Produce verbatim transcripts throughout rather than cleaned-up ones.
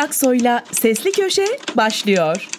Aksoy'la Sesli Köşe başlıyor.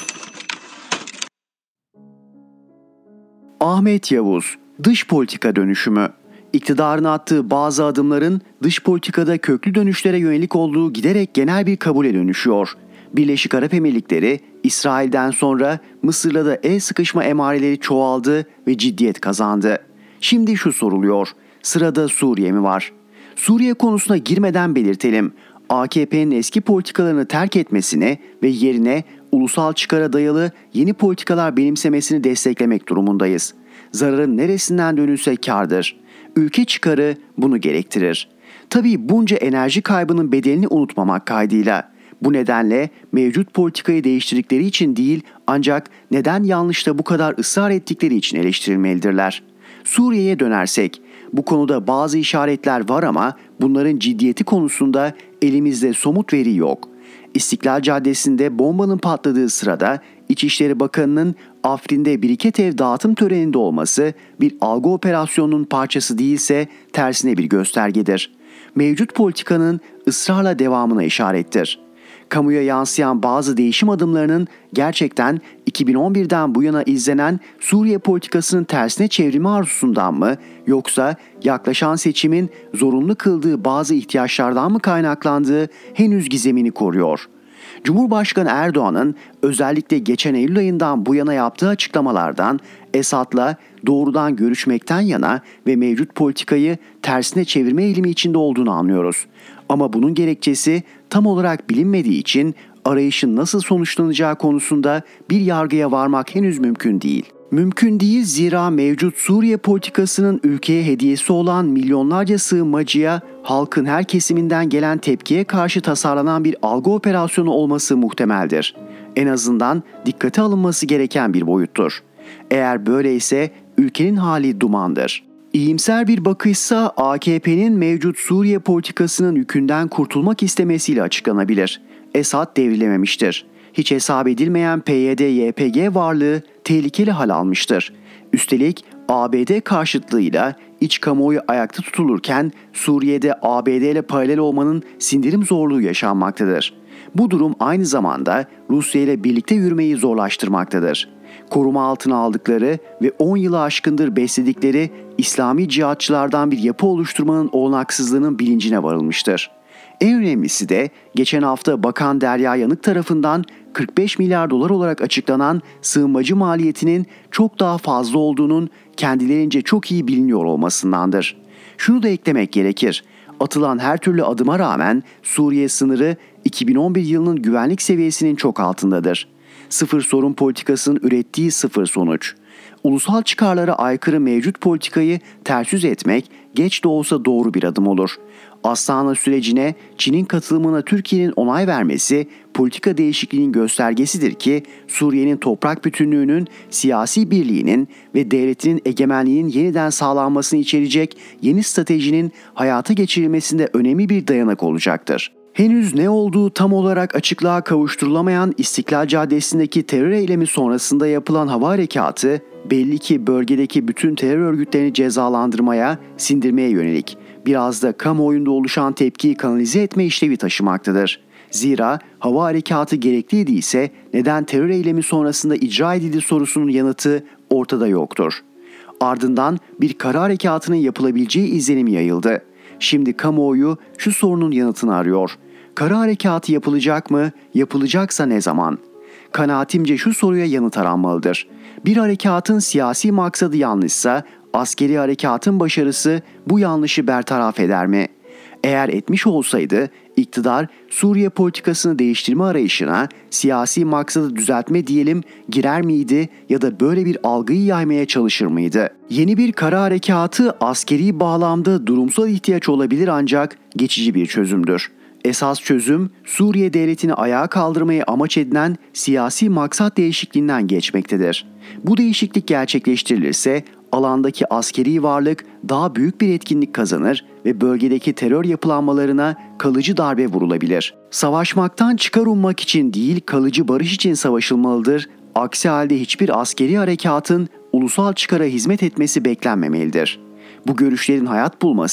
Ahmet Yavuz, dış politika dönüşümü. İktidarın attığı bazı adımların dış politikada köklü dönüşlere yönelik olduğu giderek genel bir kabule dönüşüyor. Birleşik Arap Emirlikleri, İsrail'den sonra Mısır'la da el sıkışma emareleri çoğaldı ve ciddiyet kazandı. Şimdi şu soruluyor, sırada Suriye mi var? Suriye konusuna girmeden belirtelim, A K P'nin eski politikalarını terk etmesini ve yerine ulusal çıkara dayalı yeni politikalar benimsemesini desteklemek durumundayız. Zararın neresinden dönülse kârdır. Ülke çıkarı bunu gerektirir. Tabii bunca enerji kaybının bedelini unutmamak kaydıyla. Bu nedenle mevcut politikayı değiştirdikleri için değil, ancak neden yanlışta bu kadar ısrar ettikleri için eleştirilmelidirler. Suriye'ye dönersek, bu konuda bazı işaretler var ama bunların ciddiyeti konusunda elimizde somut veri yok. İstiklal Caddesi'nde bombanın patladığı sırada İçişleri Bakanı'nın Afrin'de biriket ev dağıtım töreninde olması bir algı operasyonunun parçası değilse tersine bir göstergedir. Mevcut politikanın ısrarla devamına işarettir. Kamuya yansıyan bazı değişim adımlarının gerçekten iki bin on birden bu yana izlenen Suriye politikasının tersine çevrimi arzusundan mı, yoksa yaklaşan seçimin zorunlu kıldığı bazı ihtiyaçlardan mı kaynaklandığı henüz gizemini koruyor. Cumhurbaşkanı Erdoğan'ın özellikle geçen Eylül ayından bu yana yaptığı açıklamalardan Esad'la doğrudan görüşmekten yana ve mevcut politikayı tersine çevirme eğilimi içinde olduğunu anlıyoruz. Ama bunun gerekçesi tam olarak bilinmediği için arayışın nasıl sonuçlanacağı konusunda bir yargıya varmak henüz mümkün değil. Mümkün değil, zira mevcut Suriye politikasının ülkeye hediyesi olan milyonlarca sığınmacıya halkın her kesiminden gelen tepkiye karşı tasarlanan bir algı operasyonu olması muhtemeldir. En azından dikkate alınması gereken bir boyuttur. Eğer böyleyse ülkenin hali dumandır. İyimser bir bakışsa A K P'nin mevcut Suriye politikasının yükünden kurtulmak istemesiyle açıklanabilir. Esad devrilememiştir. Hiç hesap edilmeyen P Y D Y P G varlığı tehlikeli hal almıştır. Üstelik A B D karşıtlığıyla iç kamuoyu ayakta tutulurken Suriye'de A B D ile paralel olmanın sindirim zorluğu yaşanmaktadır. Bu durum aynı zamanda Rusya ile birlikte yürümeyi zorlaştırmaktadır. Koruma altına aldıkları ve on yılı aşkındır besledikleri İslami cihatçılardan bir yapı oluşturmanın olanaksızlığının bilincine varılmıştır. En önemlisi de geçen hafta Bakan Derya Yanık tarafından kırk beş milyar dolar olarak açıklanan sığınmacı maliyetinin çok daha fazla olduğunun kendilerince çok iyi biliniyor olmasındandır. Şunu da eklemek gerekir. Atılan her türlü adıma rağmen Suriye sınırı iki bin on bir yılının güvenlik seviyesinin çok altındadır. Sıfır sorun politikasının ürettiği sıfır sonuç. Ulusal çıkarlara aykırı mevcut politikayı ters yüz etmek geç de olsa doğru bir adım olur. Astana sürecine Çin'in katılımına Türkiye'nin onay vermesi politika değişikliğinin göstergesidir ki Suriye'nin toprak bütünlüğünün, siyasi birliğinin ve devletinin egemenliğinin yeniden sağlanmasını içerecek yeni stratejinin hayata geçirilmesinde önemli bir dayanak olacaktır. Henüz ne olduğu tam olarak açıklığa kavuşturulamayan İstiklal Caddesi'ndeki terör eylemi sonrasında yapılan hava harekatı belli ki bölgedeki bütün terör örgütlerini cezalandırmaya, sindirmeye yönelik biraz da kamuoyunda oluşan tepkiyi kanalize etme işlevi taşımaktadır. Zira hava harekatı gerekliyse neden terör eylemi sonrasında icra edildi sorusunun yanıtı ortada yoktur. Ardından bir kara harekatının yapılabileceği izlenimi yayıldı. Şimdi kamuoyu şu sorunun yanıtını arıyor. Kara harekatı yapılacak mı? Yapılacaksa ne zaman? Kanaatimce şu soruya yanıt aranmalıdır. Bir harekatın siyasi maksadı yanlışsa askeri harekatın başarısı bu yanlışı bertaraf eder mi? Eğer etmiş olsaydı iktidar Suriye politikasını değiştirme arayışına siyasi maksadı düzeltme diyelim girer miydi ya da böyle bir algıyı yaymaya çalışır mıydı? Yeni bir kara harekatı askeri bağlamda durumsal ihtiyaç olabilir ancak geçici bir çözümdür. Esas çözüm Suriye devletini ayağa kaldırmayı amaç edinen siyasi maksat değişikliğinden geçmektedir. Bu değişiklik gerçekleştirilirse alandaki askeri varlık daha büyük bir etkinlik kazanır ve bölgedeki terör yapılanmalarına kalıcı darbe vurulabilir. Savaşmaktan çıkar ummak için değil, kalıcı barış için savaşılmalıdır. Aksi halde hiçbir askeri harekatın ulusal çıkara hizmet etmesi beklenmemelidir. Bu görüşlerin hayat bulması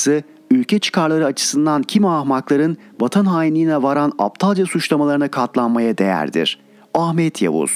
ülke çıkarları açısından kimi ahmakların vatan hainliğine varan aptalca suçlamalarına katlanmaya değerdir. Ahmet Yavuz.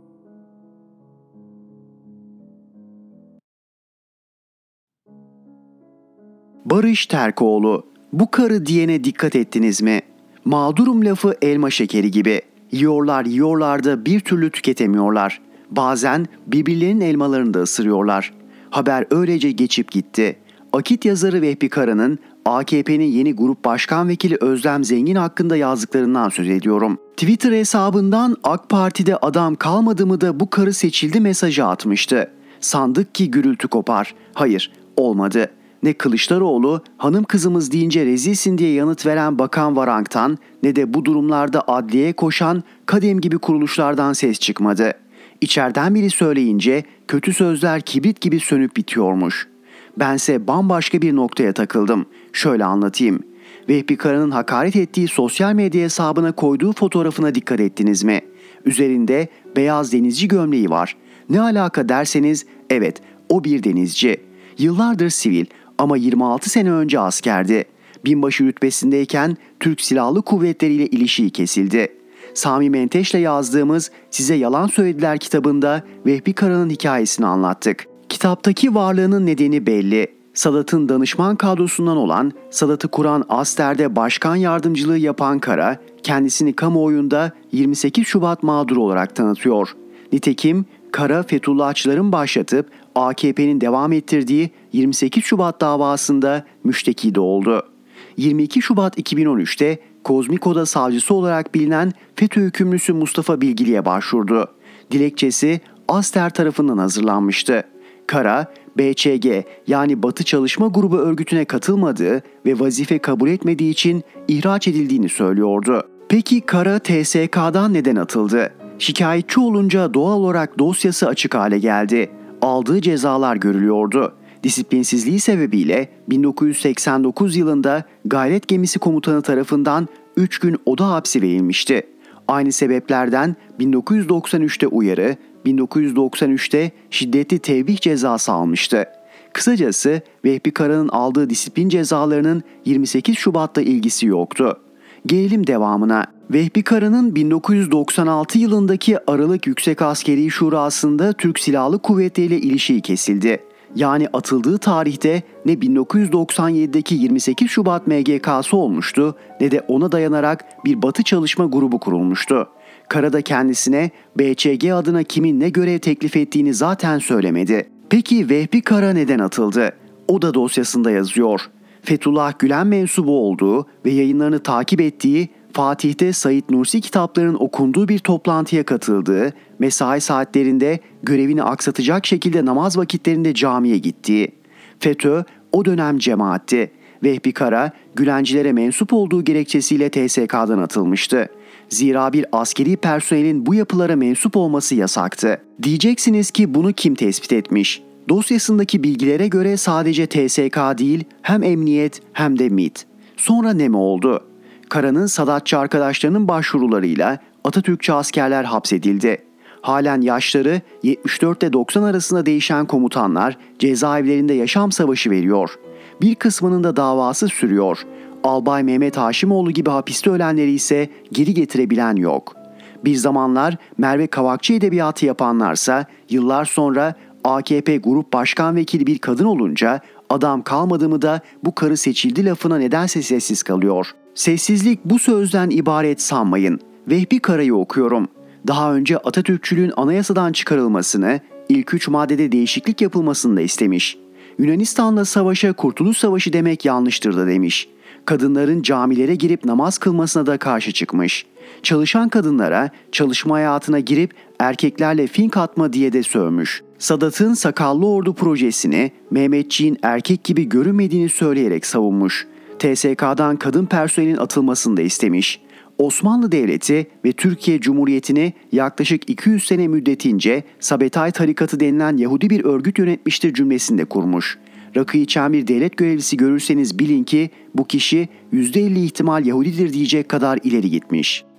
Barış Terkoğlu. Bu karı diyene dikkat ettiniz mi? Mağdurum lafı elma şekeri gibi. Yiyorlar yiyorlar da bir türlü tüketemiyorlar. Bazen birbirlerinin elmalarını da ısırıyorlar. Haber öylece geçip gitti. Akit yazarı Vehbi Kara'nın A K P'nin yeni grup başkan vekili Özlem Zengin hakkında yazdıklarından söz ediyorum. Twitter hesabından AK Parti'de adam kalmadı mı da bu karı seçildi mesajı atmıştı. Sandık ki gürültü kopar. Hayır, olmadı. Ne Kılıçdaroğlu hanım kızımız deyince rezilsin diye yanıt veren Bakan Varank'tan ne de bu durumlarda adliyeye koşan Kadem gibi kuruluşlardan ses çıkmadı. İçeriden biri söyleyince kötü sözler kibrit gibi sönüp bitiyormuş. Bense bambaşka bir noktaya takıldım. Şöyle anlatayım. Vehbi Kara'nın hakaret ettiği sosyal medya hesabına koyduğu fotoğrafına dikkat ettiniz mi? Üzerinde beyaz denizci gömleği var. Ne alaka derseniz evet, o bir denizci. Yıllardır sivil ama yirmi altı sene önce askerdi. Binbaşı rütbesindeyken Türk Silahlı Kuvvetleri ile ilişiği kesildi. Sami Menteş'le yazdığımız Size Yalan Söylediler kitabında Vehbi Kara'nın hikayesini anlattık. Kitaptaki varlığının nedeni belli. Sadat'ın danışman kadrosundan olan, Sadat'ı kuran Aster'de başkan yardımcılığı yapan Kara, kendisini kamuoyunda yirmi sekiz Şubat mağduru olarak tanıtıyor. Nitekim Kara, Fethullahçıların başlatıp A K P'nin devam ettirdiği yirmi sekiz Şubat davasında müşteki de oldu. yirmi iki Şubat iki bin on üçte Kozmiko'da savcısı olarak bilinen FETÖ hükümlüsü Mustafa Bilgili'ye başvurdu. Dilekçesi Aster tarafından hazırlanmıştı. Kara, B Ç G yani Batı Çalışma Grubu örgütüne katılmadığı ve vazife kabul etmediği için ihraç edildiğini söylüyordu. Peki Kara T S K'dan neden atıldı? Şikayetçi olunca doğal olarak dosyası açık hale geldi. Aldığı cezalar görülüyordu. Disiplinsizliği sebebiyle bin dokuz yüz seksen dokuz yılında Gayret Gemisi Komutanı tarafından üç gün oda hapsi verilmişti. Aynı sebeplerden bin dokuz yüz doksan üçte uyarı, bin dokuz yüz doksan üçte şiddetli tevbih cezası almıştı. Kısacası Vehbi Kara'nın aldığı disiplin cezalarının yirmi sekiz Şubat'ta ilgisi yoktu. Gelelim devamına. Vehbi Kara'nın bin dokuz yüz doksan altı yılındaki Aralık Yüksek Askeri Şurası'nda Türk Silahlı Kuvvetleri ile ilişiği kesildi. Yani atıldığı tarihte ne bin dokuz yüz doksan yedideki yirmi sekiz Şubat M G K'sı olmuştu ne de ona dayanarak bir Batı çalışma grubu kurulmuştu. Kara da kendisine B Ç G adına kimin ne görev teklif ettiğini zaten söylemedi. Peki Vehbi Kara neden atıldı? O da dosyasında yazıyor. Fethullah Gülen mensubu olduğu ve yayınlarını takip ettiği, Fatih'te Said Nursi kitaplarının okunduğu bir toplantıya katıldığı, mesai saatlerinde görevini aksatacak şekilde namaz vakitlerinde camiye gittiği. FETÖ o dönem cemaatti. Vehbi Kara, Gülencilere mensup olduğu gerekçesiyle T S K'dan atılmıştı. Zira bir askeri personelin bu yapılara mensup olması yasaktı. Diyeceksiniz ki bunu kim tespit etmiş? Dosyasındaki bilgilere göre sadece T S K değil, hem emniyet hem de M İ T. Sonra ne mi oldu? Kara'nın Sadatçı arkadaşlarının başvurularıyla Atatürkçü askerler hapsedildi. Halen yaşları yetmiş dört ile doksan arasında değişen komutanlar cezaevlerinde yaşam savaşı veriyor. Bir kısmının da davası sürüyor. Albay Mehmet Haşimoğlu gibi hapiste ölenleri ise geri getirebilen yok. Bir zamanlar Merve Kavakçı edebiyatı yapanlarsa yıllar sonra A K P Grup Başkan Vekili bir kadın olunca adam kalmadı mı da bu karı seçildi lafına nedense sessiz kalıyor. Sessizlik bu sözden ibaret sanmayın. Vehbi Kara'yı okuyorum. Daha önce Atatürkçülüğün anayasadan çıkarılmasını, ilk üç maddede değişiklik yapılmasını da istemiş. Yunanistan'la savaşa Kurtuluş Savaşı demek yanlıştır da demiş. Kadınların camilere girip namaz kılmasına da karşı çıkmış. Çalışan kadınlara çalışma hayatına girip erkeklerle fink atma diye de sövmüş. Sadat'ın Sakallı Ordu projesini Mehmetçiğin erkek gibi görünmediğini söyleyerek savunmuş. T S K'dan kadın personelin atılmasını da istemiş. Osmanlı Devleti ve Türkiye Cumhuriyeti'ni yaklaşık iki yüz sene müddetince Sabetay Tarikatı denilen Yahudi bir örgüt yönetmiştir cümlesinde kurmuş. Rakı içen bir devlet görevlisi görürseniz bilin ki bu kişi yüzde elli ihtimal Yahudidir diyecek kadar ileri gitmiş.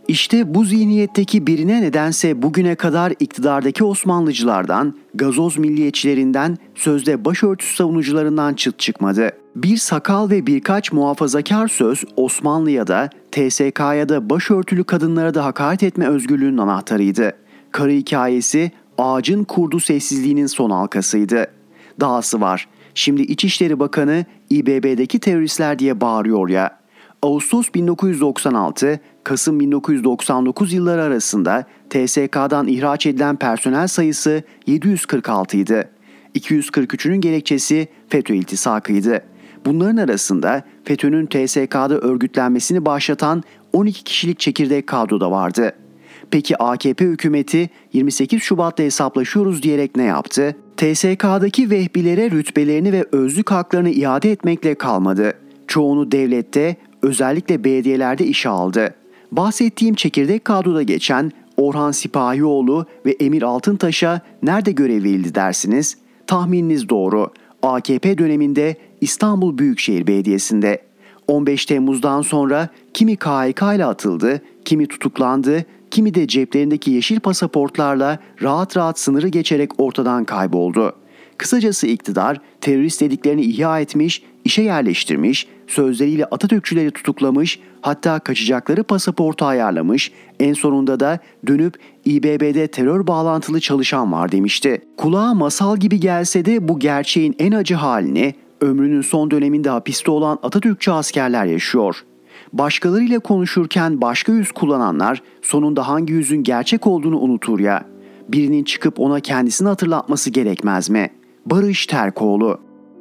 İşte bu zihniyetteki birine nedense bugüne kadar iktidardaki Osmanlıcılardan, gazoz milliyetçilerinden, sözde başörtüsü savunucularından çıt çıkmadı. Bir sakal ve birkaç muhafazakar söz Osmanlı'ya da, T S K'ya da başörtülü kadınlara da hakaret etme özgürlüğünün anahtarıydı. Karı hikayesi ağacın kurdu sessizliğinin son halkasıydı. Dahası var. Şimdi İçişleri Bakanı İ B B'deki teröristler diye bağırıyor ya. Ağustos bin dokuz yüz doksan altı, Kasım bin dokuz yüz doksan dokuz yılları arasında T S K'dan ihraç edilen personel sayısı yedi yüz kırk altı idi. iki yüz kırk üçünün gerekçesi FETÖ iltisakıydı. Bunların arasında FETÖ'nün T S K'da örgütlenmesini başlatan on iki kişilik çekirdek kadro da vardı. Peki A K P hükümeti yirmi sekiz Şubat'ta hesaplaşıyoruz diyerek ne yaptı? T S K'daki vehbilere rütbelerini ve özlük haklarını iade etmekle kalmadı. Çoğunu devlette, özellikle belediyelerde işe aldı. Bahsettiğim çekirdek kadroda geçen Orhan Sipahioğlu ve Emir Altıntaş'a nerede görev verildi dersiniz? Tahmininiz doğru. A K P döneminde İstanbul Büyükşehir Belediyesi'nde. on beş Temmuz'dan sonra kimi K H K ile atıldı, kimi tutuklandı, kimi de ceplerindeki yeşil pasaportlarla rahat rahat sınırı geçerek ortadan kayboldu. Kısacası iktidar terörist dediklerini ihya etmiş, işe yerleştirmiş, sözleriyle Atatürkçüleri tutuklamış, hatta kaçacakları pasaportu ayarlamış, en sonunda da dönüp İ B B'de terör bağlantılı çalışan var demişti. Kulağa masal gibi gelse de bu gerçeğin en acı halini ömrünün son döneminde hapiste olan Atatürkçü askerler yaşıyor. Başkalarıyla konuşurken başka yüz kullananlar sonunda hangi yüzün gerçek olduğunu unutur ya. Birinin çıkıp ona kendisini hatırlatması gerekmez mi? Barış Terkoğlu.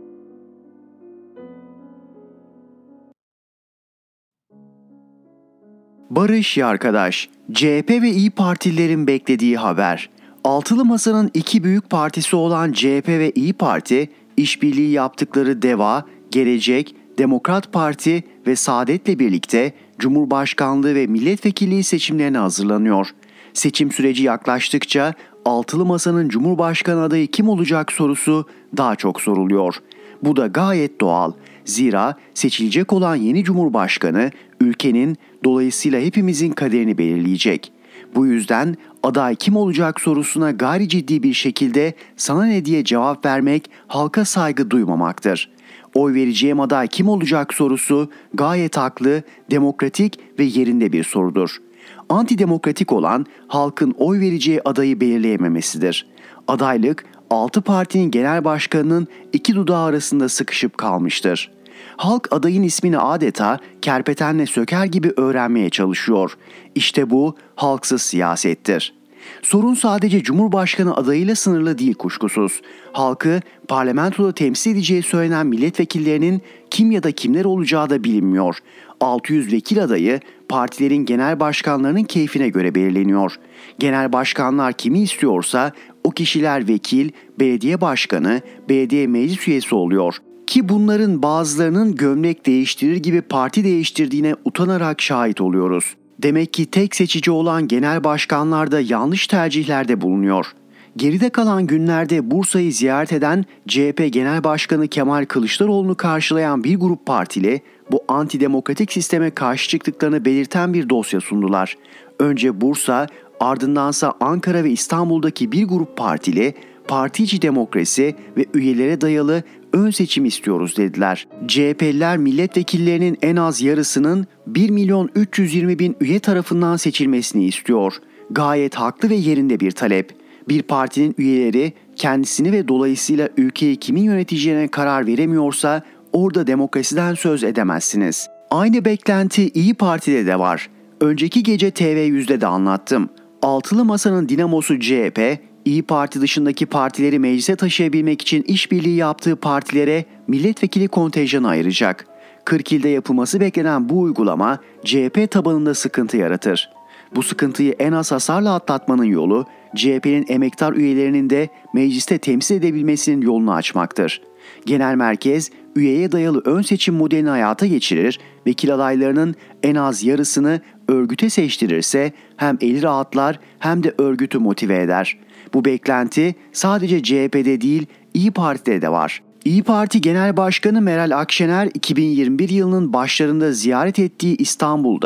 Barış ya arkadaş, C H P ve İYİ Partililerin beklediği haber. Altılı Masa'nın iki büyük partisi olan C H P ve İYİ Parti, işbirliği yaptıkları DEVA, Gelecek, Demokrat Parti ve Saadet'le birlikte Cumhurbaşkanlığı ve milletvekilliği seçimlerine hazırlanıyor. Seçim süreci yaklaştıkça Altılı Masa'nın Cumhurbaşkanı adayı kim olacak sorusu daha çok soruluyor. Bu da gayet doğal. Zira seçilecek olan yeni Cumhurbaşkanı ülkenin, dolayısıyla hepimizin kaderini belirleyecek. Bu yüzden aday kim olacak sorusuna gayri ciddi bir şekilde sana ne diye cevap vermek halka saygı duymamaktır. Oy vereceğim aday kim olacak sorusu gayet haklı, demokratik ve yerinde bir sorudur. Antidemokratik olan halkın oy vereceği adayı belirleyememesidir. Adaylık altı partinin genel başkanının iki dudağı arasında sıkışıp kalmıştır. Halk adayın ismini adeta kerpetenle söker gibi öğrenmeye çalışıyor. İşte bu halksız siyasettir. Sorun sadece Cumhurbaşkanı adayıyla sınırlı değil kuşkusuz. Halkı parlamentoda temsil edeceği söylenen milletvekillerinin kim ya da kimler olacağı da bilinmiyor. altı yüz vekil adayı partilerin genel başkanlarının keyfine göre belirleniyor. Genel başkanlar kimi istiyorsa o kişiler vekil, belediye başkanı, belediye meclis üyesi oluyor. Ki bunların bazılarının gömlek değiştirir gibi parti değiştirdiğine utanarak şahit oluyoruz. Demek ki tek seçici olan genel başkanlar da yanlış tercihlerde bulunuyor. Geride kalan günlerde Bursa'yı ziyaret eden C H P Genel Başkanı Kemal Kılıçdaroğlu'nu karşılayan bir grup partili bu antidemokratik sisteme karşı çıktıklarını belirten bir dosya sundular. Önce Bursa, ardındansa Ankara ve İstanbul'daki bir grup partili parti içi demokrasi ve üyelere dayalı ön seçim istiyoruz dediler. C H P'liler milletvekillerinin en az yarısının bir milyon üç yüz yirmi bin üye tarafından seçilmesini istiyor. Gayet haklı ve yerinde bir talep. Bir partinin üyeleri kendisini ve dolayısıyla ülkeyi kimin yöneteceğine karar veremiyorsa orada demokrasiden söz edemezsiniz. Aynı beklenti İYİ Parti'de de var. Önceki gece T V yüzde de anlattım. Altılı Masa'nın dinamosu C H P, İYİ Parti dışındaki partileri meclise taşıyabilmek için işbirliği yaptığı partilere milletvekili kontenjanı ayıracak. kırk ilde yapılması beklenen bu uygulama C H P tabanında sıkıntı yaratır. Bu sıkıntıyı en az hasarla atlatmanın yolu C H P'nin emektar üyelerinin de mecliste temsil edebilmesinin yolunu açmaktır. Genel merkez üyeye dayalı ön seçim modelini hayata geçirir, vekil adaylarının en az yarısını örgüte seçtirirse hem eli rahatlar hem de örgütü motive eder. Bu beklenti sadece C H P'de değil İYİ Parti'de de var. İYİ Parti Genel Başkanı Meral Akşener iki bin yirmi bir yılının başlarında ziyaret ettiği İstanbul'da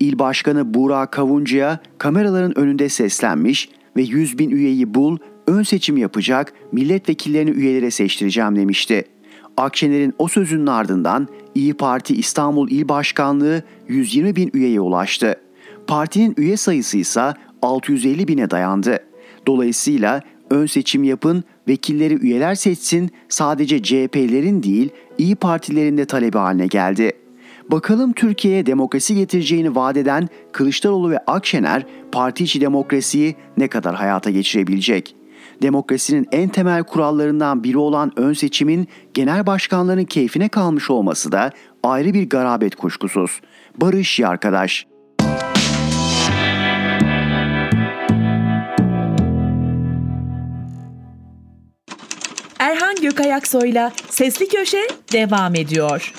İl Başkanı Burak Kavuncu'ya kameraların önünde seslenmiş ve yüz bin üyeyi bul, ön seçim yapacak, milletvekillerini üyelere seçtireceğim demişti. Akşener'in o sözünün ardından İyi Parti İstanbul İl Başkanlığı yüz yirmi bin üyeye ulaştı. Partinin üye sayısı ise altı yüz elli bine dayandı. Dolayısıyla ön seçim yapın, vekilleri üyeler seçsin sadece C H P'lerin değil İyi Partilerin de talebi haline geldi. Bakalım Türkiye'ye demokrasi getireceğini vaat eden Kılıçdaroğlu ve Akşener parti içi demokrasiyi ne kadar hayata geçirebilecek? Demokrasinin en temel kurallarından biri olan ön seçimin genel başkanların keyfine kalmış olması da ayrı bir garabet kuşkusuz. Barış Yarkadaş. Erhan Gökayaksoy'la Sesli Köşe devam ediyor.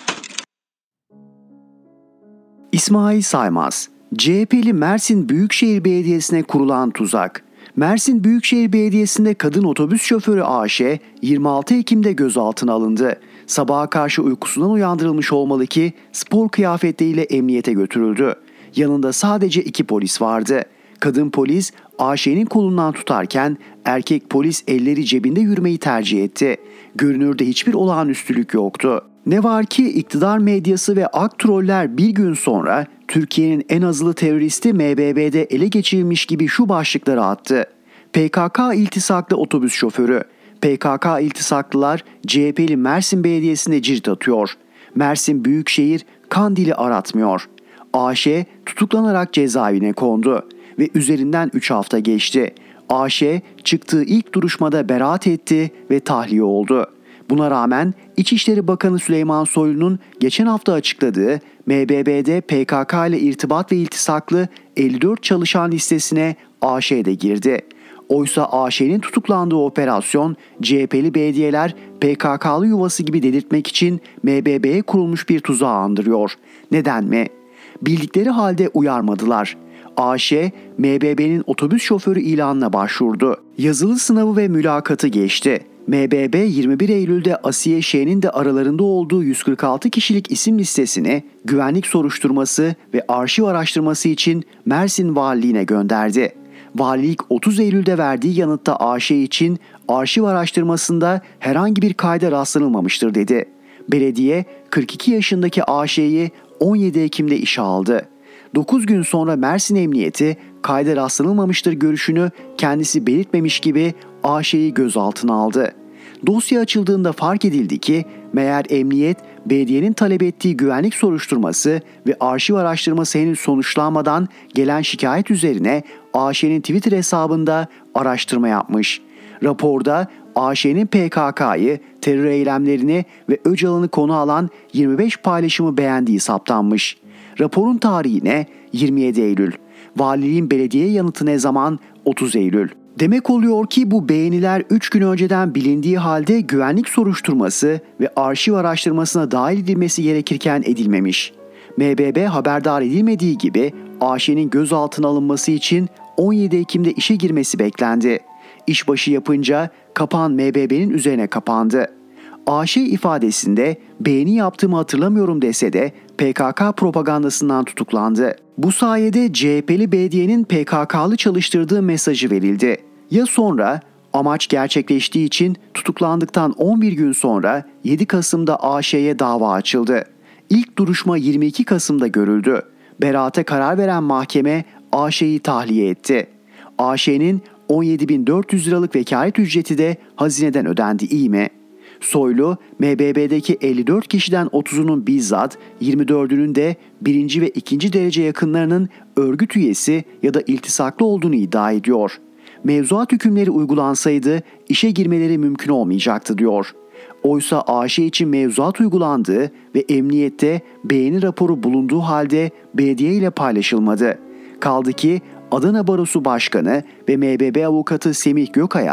İsmail Saymaz, C H P'li Mersin Büyükşehir Belediyesi'ne kurulan tuzak. Mersin Büyükşehir Belediyesi'nde kadın otobüs şoförü Ayşe yirmi altı Ekim'de gözaltına alındı. Sabaha karşı uykusundan uyandırılmış olmalı ki spor kıyafetleriyle emniyete götürüldü. Yanında sadece iki polis vardı. Kadın polis Ayşe'nin kolundan tutarken erkek polis elleri cebinde yürümeyi tercih etti. Görünürde hiçbir olağanüstülük yoktu. Ne var ki iktidar medyası ve aktroller bir gün sonra Türkiye'nin en azılı teröristi M B B'de ele geçirilmiş gibi şu başlıkları attı. P K K iltisaklı otobüs şoförü. P K K iltisaklılar C H P'li Mersin Belediyesi'nde cirit atıyor. Mersin Büyükşehir Kandil'i aratmıyor. Ayşe tutuklanarak cezaevine kondu ve üzerinden üç hafta geçti. Ayşe çıktığı ilk duruşmada beraat etti ve tahliye oldu. Buna rağmen İçişleri Bakanı Süleyman Soylu'nun geçen hafta açıkladığı M B B'de P K K ile irtibat ve iltisaklı elli dört çalışan listesine Ayşe de girdi. Oysa Ayşe'nin tutuklandığı operasyon C H P'li belediyeler P K K'lı yuvası gibi delirtmek için M B B'ye kurulmuş bir tuzağı andırıyor. Neden mi? Bildikleri halde uyarmadılar. Ayşe, M B B'nin otobüs şoförü ilanına başvurdu. Yazılı sınavı ve mülakatı geçti. M B B yirmi bir Eylül'de Asiye Şen'in de aralarında olduğu yüz kırk altı kişilik isim listesini güvenlik soruşturması ve arşiv araştırması için Mersin Valiliğine gönderdi. Valilik otuz Eylül'de verdiği yanıtta Ayşe için arşiv araştırmasında herhangi bir kayda rastlanılmamıştır dedi. Belediye kırk iki yaşındaki Ayşe'yi on yedi Ekim'de işe aldı. dokuz gün sonra Mersin Emniyeti kayda rastlanılmamıştır görüşünü kendisi belirtmemiş gibi Ayşe'yi gözaltına aldı. Dosya açıldığında fark edildi ki meğer emniyet belediyenin talep ettiği güvenlik soruşturması ve arşiv araştırması henüz sonuçlanmadan gelen şikayet üzerine Ayşe'nin Twitter hesabında araştırma yapmış. Raporda Ayşe'nin P K K'yı, terör eylemlerini ve Öcalan'ı konu alan yirmi beş paylaşımı beğendiği saptanmış. Raporun tarihi ne? yirmi yedi Eylül. Valiliğin belediye yanıtı ne zaman? otuz Eylül. Demek oluyor ki bu beğeniler üç gün önceden bilindiği halde güvenlik soruşturması ve arşiv araştırmasına dahil edilmesi gerekirken edilmemiş. M B B haberdar edilmediği gibi Ayşe'nin gözaltına alınması için on yedi Ekim'de işe girmesi beklendi. İşbaşı yapınca kapan M B B'nin üzerine kapandı. Ayşe ifadesinde beğeni yaptığımı hatırlamıyorum dese de P K K propagandasından tutuklandı. Bu sayede C H P'li belediyenin P K K'lı çalıştırdığı mesajı verildi. Ya sonra amaç gerçekleştiği için tutuklandıktan on bir gün sonra yedi Kasım'da Ayşe'ye dava açıldı. İlk duruşma yirmi iki Kasım'da görüldü. Beraate karar veren mahkeme Ayşe'yi tahliye etti. Ayşe'nin on yedi bin dört yüz liralık vekalet ücreti de hazineden ödendi, iyi mi? Soylu, M B B'deki elli dört kişiden otuzunun bizzat, yirmi dördünün de birinci ve ikinci derece yakınlarının örgüt üyesi ya da iltisaklı olduğunu iddia ediyor. Mevzuat hükümleri uygulansaydı işe girmeleri mümkün olmayacaktı diyor. Oysa Ayşe için mevzuat uygulandığı ve emniyette beğeni raporu bulunduğu halde belediye ile paylaşılmadı. Kaldı ki Adana Barosu Başkanı ve M B B avukatı Semih Gökayaz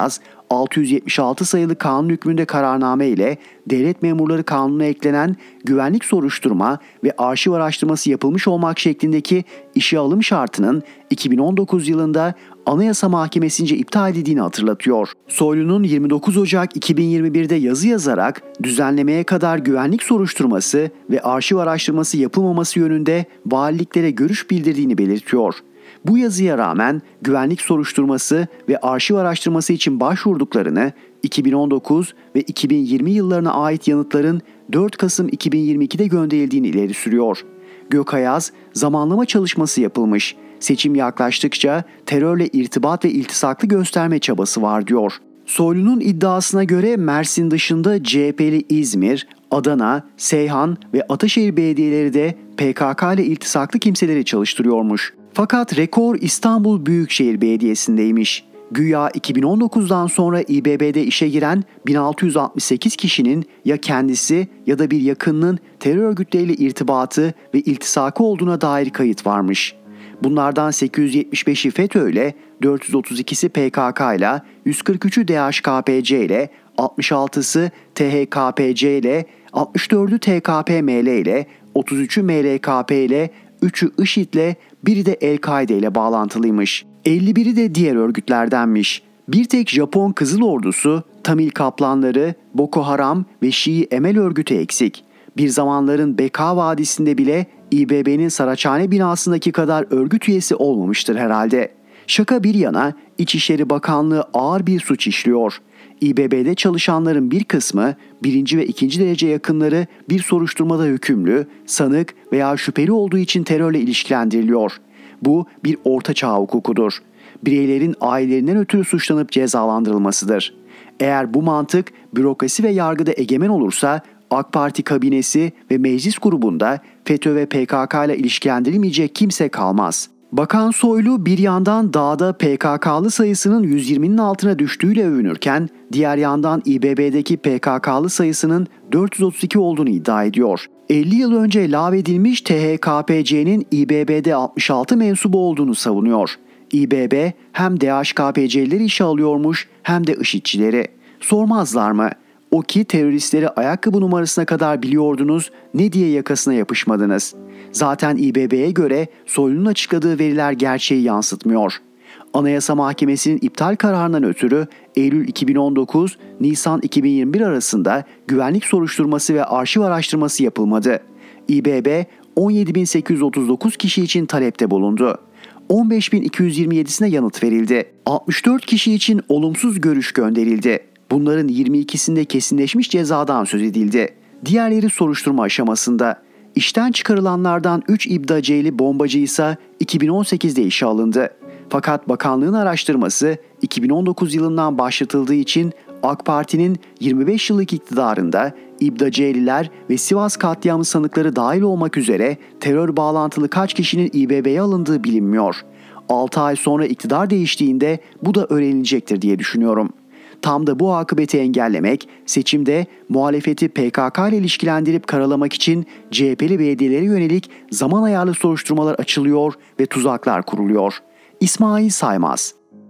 altı yüz yetmiş altı sayılı kanun hükmünde kararname ile Devlet Memurları Kanunu'na eklenen güvenlik soruşturma ve arşiv araştırması yapılmış olmak şeklindeki işe alım şartının iki bin on dokuz yılında Anayasa Mahkemesi'nce iptal edildiğini hatırlatıyor. Soylu'nun yirmi dokuz Ocak iki bin yirmi birde yazı yazarak düzenlemeye kadar güvenlik soruşturması ve arşiv araştırması yapılmaması yönünde valiliklere görüş bildirdiğini belirtiyor. Bu yazıya rağmen güvenlik soruşturması ve arşiv araştırması için başvurduklarını, iki bin on dokuz ve iki bin yirmi yıllarına ait yanıtların dört Kasım iki bin yirmi ikide gönderildiğini ileri sürüyor. Gökayaz, zamanlama çalışması yapılmış, seçim yaklaştıkça terörle irtibat ve iltisaklı gösterme çabası var diyor. Soylu'nun iddiasına göre Mersin dışında C H P'li İzmir, Adana, Seyhan ve Ataşehir belediyeleri de P K K ile iltisaklı kimseleri çalıştırıyormuş. Fakat rekor İstanbul Büyükşehir Belediyesi'ndeymiş. Güya iki bin on dokuzdan sonra İ B B'de işe giren bin altı yüz altmış sekiz kişinin ya kendisi ya da bir yakınının terör örgütleriyle irtibatı ve iltisakı olduğuna dair kayıt varmış. Bunlardan sekiz yüz yetmiş beşi FETÖ ile, dört yüz otuz ikisi P K K ile, yüz kırk üçü D H K P C ile, altmış altısı T H K P C ile, altmış dördü T K P M L ile, otuz üçü M L K P ile, üçü IŞİD ile, biri de El-Kaide ile bağlantılıymış. elli biri de diğer örgütlerdenmiş. Bir tek Japon Kızıl Ordusu, Tamil Kaplanları, Boko Haram ve Şii Emel örgütü eksik. Bir zamanların Beka Vadisi'nde bile İ B B'nin Saraçhane binasındaki kadar örgüt üyesi olmamıştır herhalde. Şaka bir yana İçişleri Bakanlığı ağır bir suç işliyor. İ B B'de çalışanların bir kısmı birinci ve ikinci derece yakınları bir soruşturmada hükümlü, sanık veya şüpheli olduğu için terörle ilişkilendiriliyor. Bu bir ortaçağ hukukudur. Bireylerin ailelerinden ötürü suçlanıp cezalandırılmasıdır. Eğer bu mantık bürokrasi ve yargıda egemen olursa AK Parti kabinesi ve meclis grubunda FETÖ ve P K K ile ilişkilendirilmeyecek kimse kalmaz. Bakan Soylu bir yandan dağda P K K'lı sayısının yüz yirminin altına düştüğüyle övünürken diğer yandan İ B B'deki P K K'lı sayısının dört yüz otuz iki olduğunu iddia ediyor. elli yıl önce lağvedilmiş T H K P C'nin İ B B'de altmış altı mensubu olduğunu savunuyor. İ B B hem D H K P C'lileri işe alıyormuş hem de IŞİD'çileri. Sormazlar mı? O ki teröristleri ayakkabı numarasına kadar biliyordunuz, ne diye yakasına yapışmadınız? Zaten İ B B'ye göre Soylu'nun açıkladığı veriler gerçeği yansıtmıyor. Anayasa Mahkemesi'nin iptal kararından ötürü Eylül iki bin on dokuz - Nisan iki bin yirmi bir arasında güvenlik soruşturması ve arşiv araştırması yapılmadı. İ B B on yedi bin sekiz yüz otuz dokuz kişi için talepte bulundu. on beş bin iki yüz yirmi yedisine yanıt verildi. altmış dört kişi için olumsuz görüş gönderildi. Bunların yirmi ikisinde kesinleşmiş cezadan söz edildi. Diğerleri soruşturma aşamasında. İşten çıkarılanlardan üç İBDAC'li bombacı ise iki bin on sekizde işe alındı. Fakat bakanlığın araştırması iki bin on dokuz yılından başlatıldığı için AK Parti'nin yirmi beş yıllık iktidarında İBDAC'liler ve Sivas katliamı sanıkları dahil olmak üzere terör bağlantılı kaç kişinin İ B B'ye alındığı bilinmiyor. altı ay sonra iktidar değiştiğinde bu da öğrenilecektir diye düşünüyorum. Tam da bu akıbeti engellemek, seçimde muhalefeti P K K ile ilişkilendirip karalamak için C H P'li belediyelere yönelik zaman ayarlı soruşturmalar açılıyor ve tuzaklar kuruluyor. İsmail Saymaz.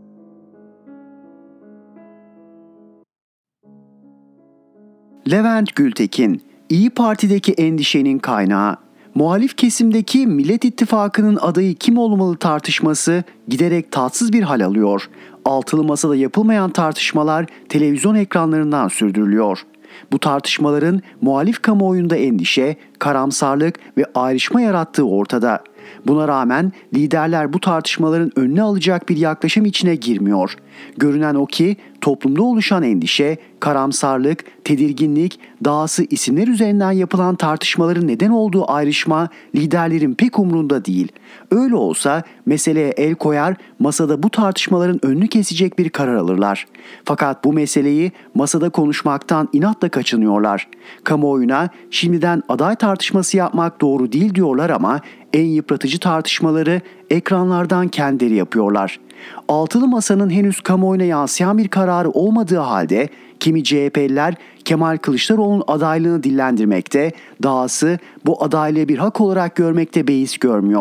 Levent Gültekin, İyi Parti'deki endişenin kaynağı. Muhalif kesimdeki Millet İttifakı'nın adayı kim olmalı tartışması giderek tatsız bir hal alıyor. Altılı masada yapılmayan tartışmalar televizyon ekranlarından sürdürülüyor. Bu tartışmaların muhalif kamuoyunda endişe, karamsarlık ve ayrışma yarattığı ortada. Buna rağmen liderler bu tartışmaların önüne alacak bir yaklaşım içine girmiyor. Görünen o ki toplumda oluşan endişe, karamsarlık, tedirginlik, dahası isimler üzerinden yapılan tartışmaların neden olduğu ayrışma liderlerin pek umrunda değil. Öyle olsa meseleye el koyar, masada bu tartışmaların önünü kesecek bir karar alırlar. Fakat bu meseleyi masada konuşmaktan inatla kaçınıyorlar. Kamuoyuna şimdiden aday tartışması yapmak doğru değil diyorlar ama en yıpratıcı tartışmaları ekranlardan kendileri yapıyorlar. Altılı Masa'nın henüz kamuoyuna yansıyan bir kararı olmadığı halde kimi C H P'liler Kemal Kılıçdaroğlu'nun adaylığını dillendirmekte, dahası bu adaylığı bir hak olarak görmekte beis görmüyor.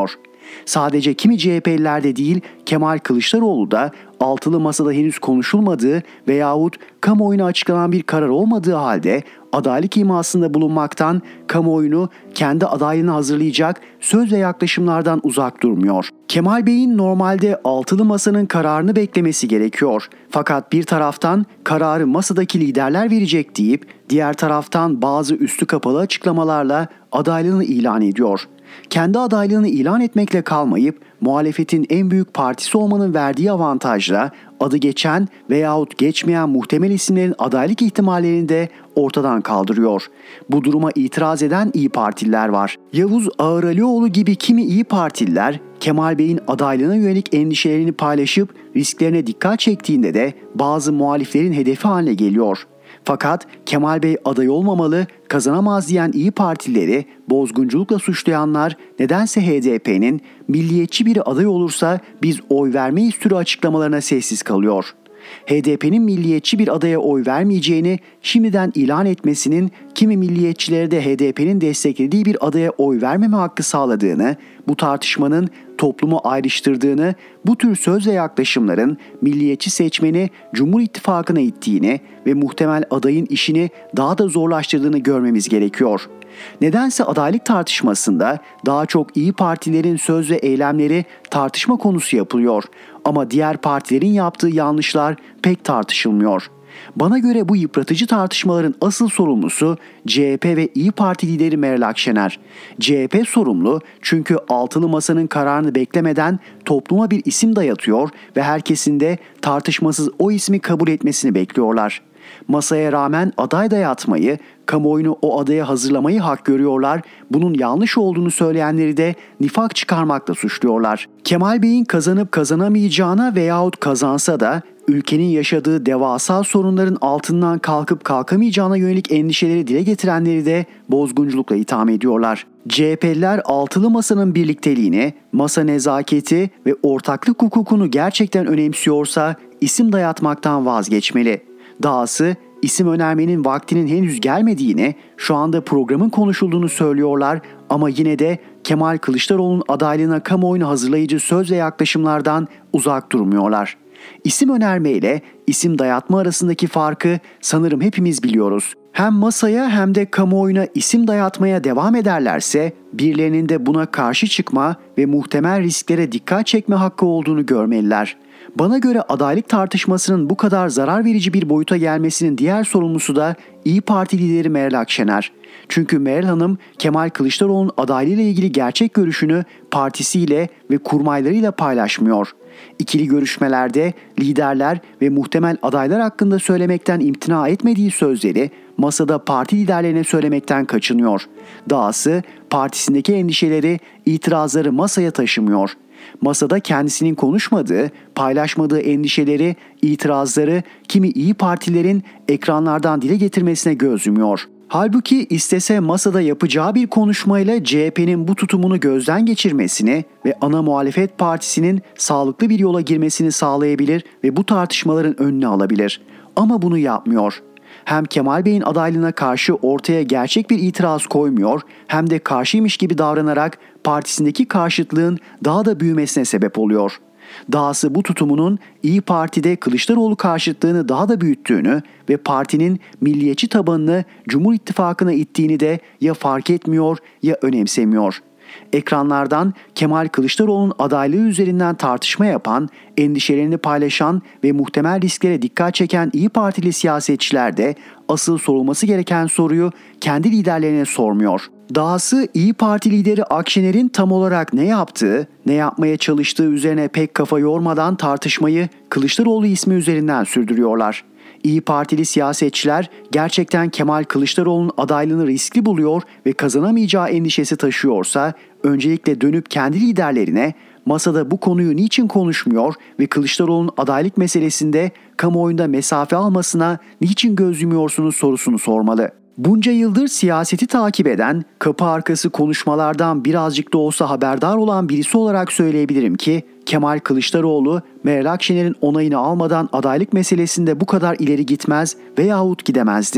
Sadece kimi C H P'liler de değil, Kemal Kılıçdaroğlu da altılı masada henüz konuşulmadığı veyahut kamuoyuna açıklanan bir karar olmadığı halde adaylık imasında bulunmaktan, kamuoyunu kendi adaylığını hazırlayacak söz ve yaklaşımlardan uzak durmuyor. Kemal Bey'in normalde altılı masanın kararını beklemesi gerekiyor. Fakat bir taraftan kararı masadaki liderler verecek deyip diğer taraftan bazı üstü kapalı açıklamalarla adaylığını ilan ediyor. Kendi adaylığını ilan etmekle kalmayıp muhalefetin en büyük partisi olmanın verdiği avantajla adı geçen veyahut geçmeyen muhtemel isimlerin adaylık ihtimallerini de ortadan kaldırıyor. Bu duruma itiraz eden İYİ Partililer var. Yavuz Ağıralioğlu gibi kimi İYİ Partililer Kemal Bey'in adaylığına yönelik endişelerini paylaşıp risklerine dikkat çektiğinde de bazı muhaliflerin hedefi haline geliyor. Fakat Kemal Bey aday olmamalı, kazanamaz diyen İYİ Partilileri bozgunculukla suçlayanlar nedense H D P'nin milliyetçi biri aday olursa biz oy vermeyiz türü açıklamalarına sessiz kalıyor. H D P'nin milliyetçi bir adaya oy vermeyeceğini şimdiden ilan etmesinin kimi milliyetçilere de H D P'nin desteklediği bir adaya oy vermeme hakkı sağladığını, bu tartışmanın toplumu ayrıştırdığını, bu tür söz ve yaklaşımların milliyetçi seçmeni Cumhur İttifakı'na ittiğini ve muhtemel adayın işini daha da zorlaştırdığını görmemiz gerekiyor. Nedense adaylık tartışmasında daha çok İYİ Partilerin söz ve eylemleri tartışma konusu yapılıyor ama diğer partilerin yaptığı yanlışlar pek tartışılmıyor. Bana göre bu yıpratıcı tartışmaların asıl sorumlusu C H P ve İYİ Parti lideri Meral Akşener. C H P sorumlu çünkü altılı masanın kararını beklemeden topluma bir isim dayatıyor ve herkesin de tartışmasız o ismi kabul etmesini bekliyorlar. Masaya rağmen aday dayatmayı, kamuoyunu o adaya hazırlamayı hak görüyorlar. Bunun yanlış olduğunu söyleyenleri de nifak çıkarmakla suçluyorlar. Kemal Bey'in kazanıp kazanamayacağına veyahut kazansa da ülkenin yaşadığı devasa sorunların altından kalkıp kalkamayacağına yönelik endişeleri dile getirenleri de bozgunculukla itham ediyorlar. C H P'liler altılı masanın birlikteliğini, masa nezaketi ve ortaklık hukukunu gerçekten önemsiyorsa isim dayatmaktan vazgeçmeli. Dahası isim önermenin vaktinin henüz gelmediğini, şu anda programın konuşulduğunu söylüyorlar ama yine de Kemal Kılıçdaroğlu'nun adaylığına kamuoyunu hazırlayıcı söz ve yaklaşımlardan uzak durmuyorlar. İsim önerme ile isim dayatma arasındaki farkı sanırım hepimiz biliyoruz. Hem masaya hem de kamuoyuna isim dayatmaya devam ederlerse birilerinin de buna karşı çıkma ve muhtemel risklere dikkat çekme hakkı olduğunu görmeliler. Bana göre adaylık tartışmasının bu kadar zarar verici bir boyuta gelmesinin diğer sorumlusu da İYİ Parti lideri Meral Akşener. Çünkü Meral Hanım Kemal Kılıçdaroğlu'nun adaylığıyla ilgili gerçek görüşünü partisiyle ve kurmaylarıyla paylaşmıyor. İkili görüşmelerde liderler ve muhtemel adaylar hakkında söylemekten imtina etmediği sözleri masada parti liderlerine söylemekten kaçınıyor. Dahası partisindeki endişeleri, itirazları masaya taşımıyor. Masada kendisinin konuşmadığı, paylaşmadığı endişeleri, itirazları kimi İYİ Partilerin ekranlardan dile getirmesine göz yumuyor. Halbuki istese masada yapacağı bir konuşmayla C H P'nin bu tutumunu gözden geçirmesini ve ana muhalefet partisinin sağlıklı bir yola girmesini sağlayabilir ve bu tartışmaların önünü alabilir. Ama bunu yapmıyor. Hem Kemal Bey'in adaylığına karşı ortaya gerçek bir itiraz koymuyor, hem de karşıymış gibi davranarak partisindeki karşıtlığın daha da büyümesine sebep oluyor. Dahası bu tutumunun İYİ Parti'de Kılıçdaroğlu karşıtlığını daha da büyüttüğünü ve partinin milliyetçi tabanını Cumhur İttifakı'na ittiğini de ya fark etmiyor ya önemsemiyor. Ekranlardan Kemal Kılıçdaroğlu'nun adaylığı üzerinden tartışma yapan, endişelerini paylaşan ve muhtemel risklere dikkat çeken İYİ Partili siyasetçiler de asıl sorulması gereken soruyu kendi liderlerine sormuyor. Dahası İYİ Parti lideri Akşener'in tam olarak ne yaptığı, ne yapmaya çalıştığı üzerine pek kafa yormadan tartışmayı Kılıçdaroğlu ismi üzerinden sürdürüyorlar. İYİ Partili siyasetçiler gerçekten Kemal Kılıçdaroğlu'nun adaylığını riskli buluyor ve kazanamayacağı endişesi taşıyorsa öncelikle dönüp kendi liderlerine masada bu konuyu niçin konuşmuyor ve Kılıçdaroğlu'nun adaylık meselesinde kamuoyunda mesafe almasına niçin göz yumuyorsunuz sorusunu sormalı. Bunca yıldır siyaseti takip eden, kapı arkası konuşmalardan birazcık da olsa haberdar olan birisi olarak söyleyebilirim ki Kemal Kılıçdaroğlu, Meral Akşener'in onayını almadan adaylık meselesinde bu kadar ileri gitmez veyahut gidemezdi.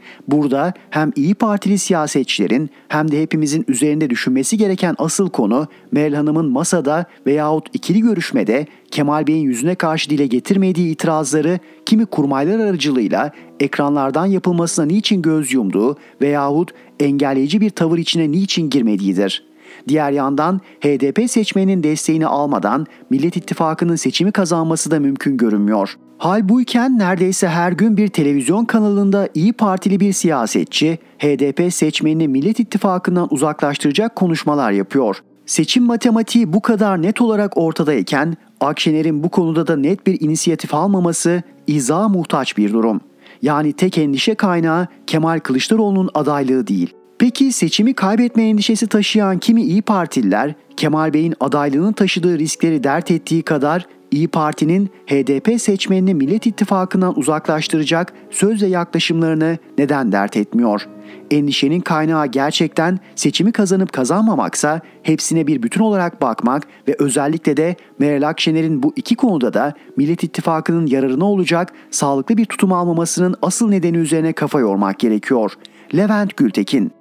Burada hem İyi Partili siyasetçilerin hem de hepimizin üzerinde düşünmesi gereken asıl konu Meral Hanım'ın masada veyahut ikili görüşmede Kemal Bey'in yüzüne karşı dile getirmediği itirazları kimi kurmaylar aracılığıyla ekranlardan yapılmasına niçin göz yumduğu veyahut engelleyici bir tavır içine niçin girmediğidir. Diğer yandan H D P seçmeninin desteğini almadan Millet İttifakı'nın seçimi kazanması da mümkün görünmüyor. Hal buyken neredeyse her gün bir televizyon kanalında İyi Partili bir siyasetçi H D P seçmenini Millet İttifakı'ndan uzaklaştıracak konuşmalar yapıyor. Seçim matematiği bu kadar net olarak ortadayken Akşener'in bu konuda da net bir inisiyatif almaması izaha muhtaç bir durum. Yani tek endişe kaynağı Kemal Kılıçdaroğlu'nun adaylığı değil. Peki seçimi kaybetme endişesi taşıyan kimi İyi Partililer Kemal Bey'in adaylığının taşıdığı riskleri dert ettiği kadar İyi Parti'nin H D P seçmenini Millet İttifakı'ndan uzaklaştıracak söz ve yaklaşımlarını neden dert etmiyor? Endişenin kaynağı gerçekten seçimi kazanıp kazanmamaksa hepsine bir bütün olarak bakmak ve özellikle de Meral Akşener'in bu iki konuda da Millet İttifakı'nın yararına olacak sağlıklı bir tutum almamasının asıl nedeni üzerine kafa yormak gerekiyor. Levent Gültekin.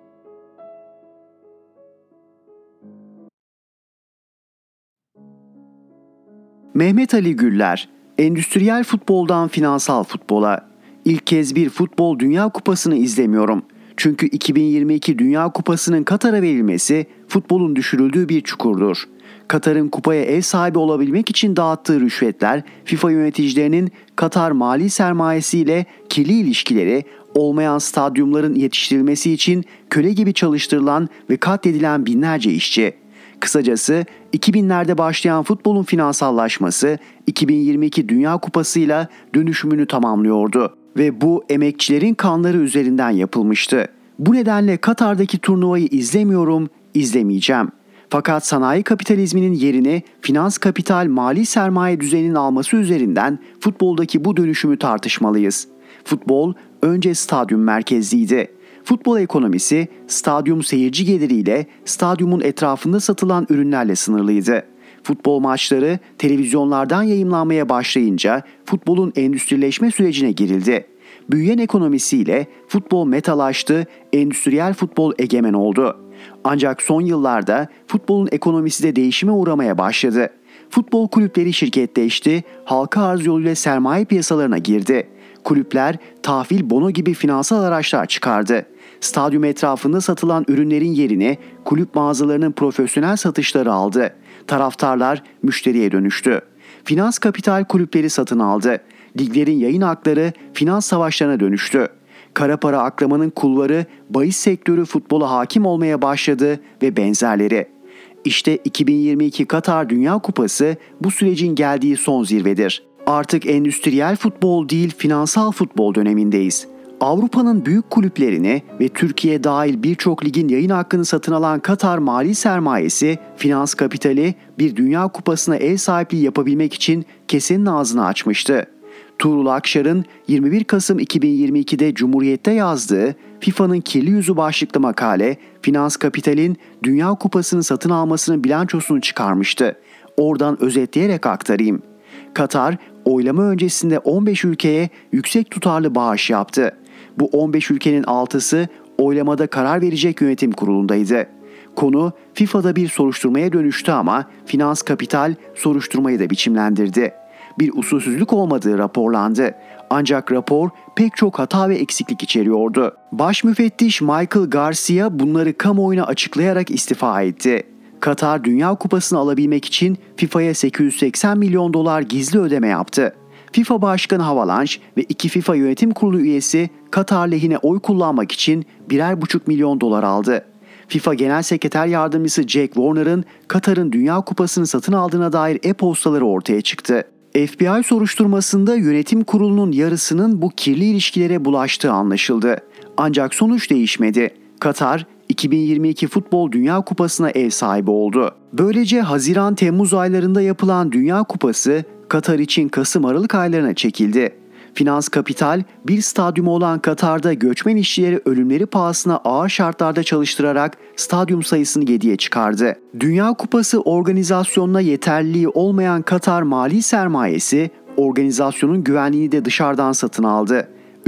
Mehmet Ali Güller, endüstriyel futboldan finansal futbola. İlk kez bir futbol Dünya Kupası'nı izlemiyorum. Çünkü iki bin yirmi iki Dünya Kupası'nın Katar'a verilmesi futbolun düşürüldüğü bir çukurdur. Katar'ın kupaya ev sahibi olabilmek için dağıttığı rüşvetler, FIFA yöneticilerinin Katar mali sermayesiyle kirli ilişkileri, olmayan stadyumların yetiştirilmesi için köle gibi çalıştırılan ve katledilen binlerce işçi. Kısacası iki binlerde başlayan futbolun finansallaşması iki bin yirmi iki Dünya Kupası'yla dönüşümünü tamamlıyordu ve bu emekçilerin kanları üzerinden yapılmıştı. Bu nedenle Katar'daki turnuvayı izlemiyorum, izlemeyeceğim. Fakat sanayi kapitalizminin yerini finans kapital mali sermaye düzeninin alması üzerinden futboldaki bu dönüşümü tartışmalıyız. Futbol önce stadyum merkezliydi. Futbol ekonomisi stadyum seyirci geliriyle stadyumun etrafında satılan ürünlerle sınırlıydı. Futbol maçları televizyonlardan yayımlanmaya başlayınca futbolun endüstrileşme sürecine girildi. Büyüyen ekonomisiyle futbol metalaştı, endüstriyel futbol egemen oldu. Ancak son yıllarda futbolun ekonomisi de değişime uğramaya başladı. Futbol kulüpleri şirketleşti, halka arz yoluyla sermaye piyasalarına girdi. Kulüpler tahvil, bono gibi finansal araçlar çıkardı. Stadyum etrafında satılan ürünlerin yerini kulüp mağazalarının profesyonel satışları aldı. Taraftarlar müşteriye dönüştü. Finans kapital kulüpleri satın aldı. Liglerin yayın hakları finans savaşlarına dönüştü. Kara para aklamanın kulvarı, bahis sektörü futbola hakim olmaya başladı ve benzerleri. İşte iki bin yirmi iki Katar Dünya Kupası bu sürecin geldiği son zirvedir. Artık endüstriyel futbol değil, finansal futbol dönemindeyiz. Avrupa'nın büyük kulüplerini ve Türkiye dahil birçok ligin yayın hakkını satın alan Katar mali sermayesi, finans kapitali bir Dünya Kupası'na ev sahipliği yapabilmek için kesenin ağzını açmıştı. Tuğrul Akşar'ın yirmi bir Kasım iki bin yirmi ikide Cumhuriyet'te yazdığı FIFA'nın kirli yüzü başlıklı makale, finans kapitalin Dünya Kupası'nı satın almasının bilançosunu çıkarmıştı. Oradan özetleyerek aktarayım. Katar, oylama öncesinde on beş ülkeye yüksek tutarlı bağış yaptı. Bu on beş ülkenin altısı oylamada karar verecek yönetim kurulundaydı. Konu FIFA'da bir soruşturmaya dönüştü ama finans kapital soruşturmayı da biçimlendirdi. Bir usulsüzlük olmadığı raporlandı. Ancak rapor pek çok hata ve eksiklik içeriyordu. Baş müfettiş Michael Garcia bunları kamuoyuna açıklayarak istifa etti. Katar Dünya Kupası'nı alabilmek için FIFA'ya sekiz yüz seksen milyon dolar gizli ödeme yaptı. FIFA Başkanı Havalanche ve iki FIFA Yönetim Kurulu üyesi Katar lehine oy kullanmak için birer buçuk milyon dolar aldı. FIFA Genel Sekreter Yardımcısı Jack Warner'ın Katar'ın Dünya Kupası'nı satın aldığına dair e-postaları ortaya çıktı. F B I soruşturmasında yönetim kurulunun yarısının bu kirli ilişkilere bulaştığı anlaşıldı. Ancak sonuç değişmedi. Katar, iki bin yirmi iki Futbol Dünya Kupası'na ev sahibi oldu. Böylece Haziran-Temmuz aylarında yapılan Dünya Kupası, Katar için Kasım-Aralık aylarına çekildi. Finans kapital, bir stadyumu olan Katar'da göçmen işçileri ölümleri pahasına ağır şartlarda çalıştırarak stadyum sayısını yediye çıkardı. Dünya Kupası organizasyonuna yeterliliği olmayan Katar mali sermayesi, organizasyonun güvenliğini de dışarıdan satın aldı.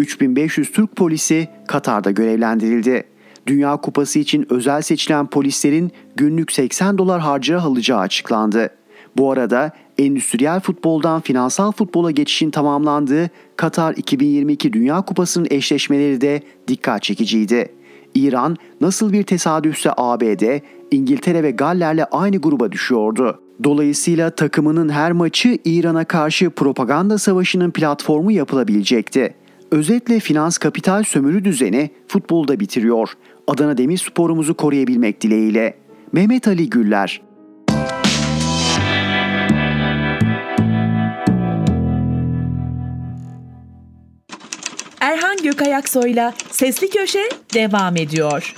üç bin beş yüz Türk polisi Katar'da görevlendirildi. Dünya Kupası için özel seçilen polislerin günlük seksen dolar harcı alacağı açıklandı. Bu arada endüstriyel futboldan finansal futbola geçişin tamamlandığı Katar iki bin yirmi iki Dünya Kupası'nın eşleşmeleri de dikkat çekiciydi. İran nasıl bir tesadüfse A B D, İngiltere ve Galler'le aynı gruba düşüyordu. Dolayısıyla takımının her maçı İran'a karşı propaganda savaşının platformu yapılabilecekti. Özetle finans kapital sömürü düzeni futbolda bitiriyor. Adana Demirspor'umuzu koruyabilmek dileğiyle. Mehmet Ali Güller. Erhan Gökayaksoy'la Sesli Köşe devam ediyor.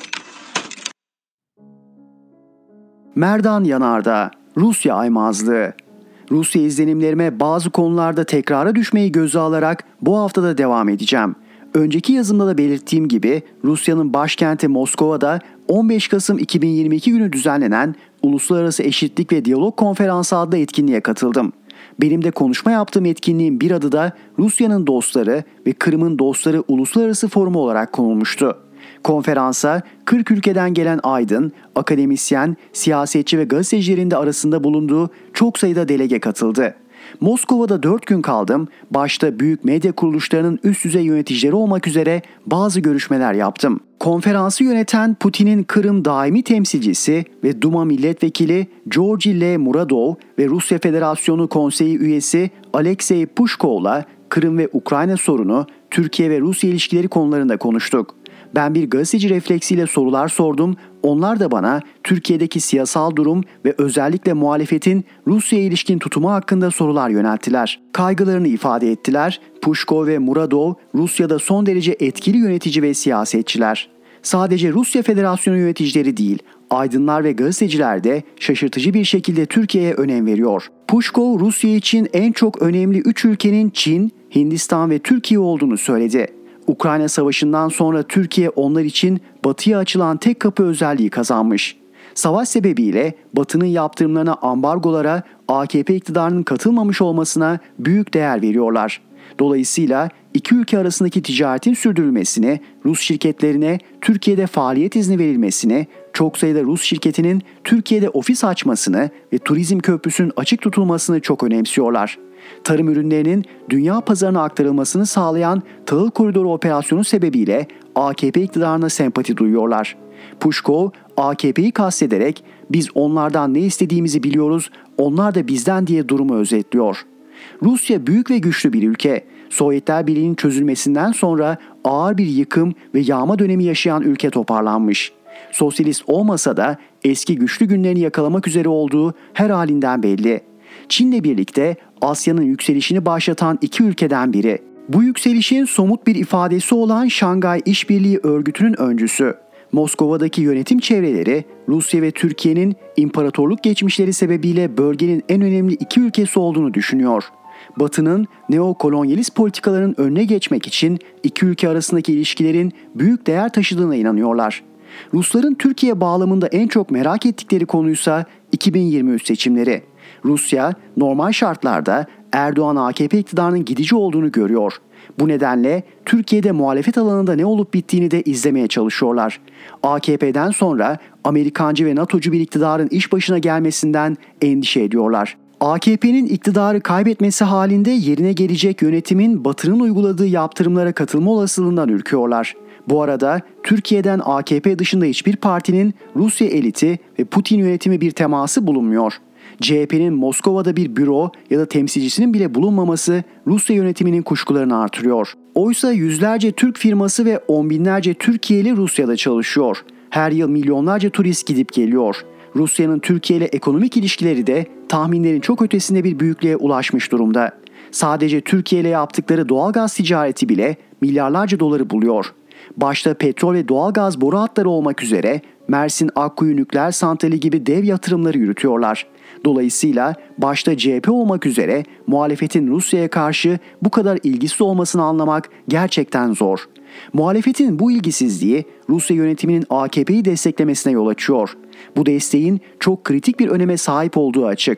Merdan Yanardağ, Rusya aymazlığı. Rusya izlenimlerime bazı konularda tekrara düşmeyi göze alarak bu haftada devam edeceğim. Önceki yazımda da belirttiğim gibi Rusya'nın başkenti Moskova'da on beş Kasım iki bin yirmi iki günü düzenlenen Uluslararası Eşitlik ve Diyalog Konferansı adlı etkinliğe katıldım. Benim de konuşma yaptığım etkinliğin bir adı da Rusya'nın dostları ve Kırım'ın dostları uluslararası forumu olarak konulmuştu. Konferansa kırk ülkeden gelen aydın, akademisyen, siyasetçi ve gazetecilerin de arasında bulunduğu çok sayıda delege katıldı. Moskova'da dört gün kaldım. Başta büyük medya kuruluşlarının üst düzey yöneticileri olmak üzere bazı görüşmeler yaptım. Konferansı yöneten Putin'in Kırım daimi temsilcisi ve Duma milletvekili Georgi L. Muradov ve Rusya Federasyonu Konseyi üyesi Alexey Pushkov'la Kırım ve Ukrayna sorunu, Türkiye ve Rusya ilişkileri konularında konuştuk. Ben bir gazeteci refleksiyle sorular sordum. Onlar da bana Türkiye'deki siyasal durum ve özellikle muhalefetin Rusya'ya ilişkin tutumu hakkında sorular yönelttiler. Kaygılarını ifade ettiler. Pushkov ve Muradov Rusya'da son derece etkili yönetici ve siyasetçiler. Sadece Rusya Federasyonu yöneticileri değil, aydınlar ve gazeteciler de şaşırtıcı bir şekilde Türkiye'ye önem veriyor. Pushkov, Rusya için en çok önemli üç ülkenin Çin, Hindistan ve Türkiye olduğunu söyledi. Ukrayna Savaşı'ndan sonra Türkiye onlar için Batı'ya açılan tek kapı özelliği kazanmış. Savaş sebebiyle Batı'nın yaptırımlarına, ambargolara, A K P iktidarının katılmamış olmasına büyük değer veriyorlar. Dolayısıyla iki ülke arasındaki ticaretin sürdürülmesini, Rus şirketlerine Türkiye'de faaliyet izni verilmesini, çok sayıda Rus şirketinin Türkiye'de ofis açmasını ve turizm köprüsünün açık tutulmasını çok önemsiyorlar. Tarım ürünlerinin dünya pazarına aktarılmasını sağlayan Tahıl Koridoru operasyonu sebebiyle A K P iktidarına sempati duyuyorlar. Pushkov, A K P'yi kastederek biz onlardan ne istediğimizi biliyoruz, onlar da bizden diye durumu özetliyor. Rusya büyük ve güçlü bir ülke. Sovyetler Birliği'nin çözülmesinden sonra ağır bir yıkım ve yağma dönemi yaşayan ülke toparlanmış. Sosyalist olmasa da eski güçlü günlerini yakalamak üzere olduğu her halinden belli. Çin'le birlikte Asya'nın yükselişini başlatan iki ülkeden biri. Bu yükselişin somut bir ifadesi olan Şangay İşbirliği Örgütü'nün öncüsü. Moskova'daki yönetim çevreleri Rusya ve Türkiye'nin imparatorluk geçmişleri sebebiyle bölgenin en önemli iki ülkesi olduğunu düşünüyor. Batı'nın neokolonyalist politikaların önüne geçmek için iki ülke arasındaki ilişkilerin büyük değer taşıdığına inanıyorlar. Rusların Türkiye bağlamında en çok merak ettikleri konuysa iki bin yirmi üç seçimleri. Rusya normal şartlarda Erdoğan A K P iktidarının gidici olduğunu görüyor. Bu nedenle Türkiye'de muhalefet alanında ne olup bittiğini de izlemeye çalışıyorlar. A K P'den sonra Amerikancı ve NATO'cu bir iktidarın iş başına gelmesinden endişe ediyorlar. A K P'nin iktidarı kaybetmesi halinde yerine gelecek yönetimin Batı'nın uyguladığı yaptırımlara katılma olasılığından ürküyorlar. Bu arada Türkiye'den A K P dışında hiçbir partinin Rusya eliti ve Putin yönetimi bir teması bulunmuyor. C H P'nin Moskova'da bir büro ya da temsilcisinin bile bulunmaması Rusya yönetiminin kuşkularını artırıyor. Oysa yüzlerce Türk firması ve on binlerce Türkiye'li Rusya'da çalışıyor. Her yıl milyonlarca turist gidip geliyor. Rusya'nın Türkiye ile ekonomik ilişkileri de tahminlerin çok ötesinde bir büyüklüğe ulaşmış durumda. Sadece Türkiye ile yaptıkları doğalgaz ticareti bile milyarlarca doları buluyor. Başta petrol ve doğalgaz boru hatları olmak üzere Mersin Akkuyu Nükleer Santrali gibi dev yatırımları yürütüyorlar. Dolayısıyla başta C H P olmak üzere muhalefetin Rusya'ya karşı bu kadar ilgisiz olmasını anlamak gerçekten zor. Muhalefetin bu ilgisizliği Rusya yönetiminin A K P'yi desteklemesine yol açıyor. Bu desteğin çok kritik bir öneme sahip olduğu açık.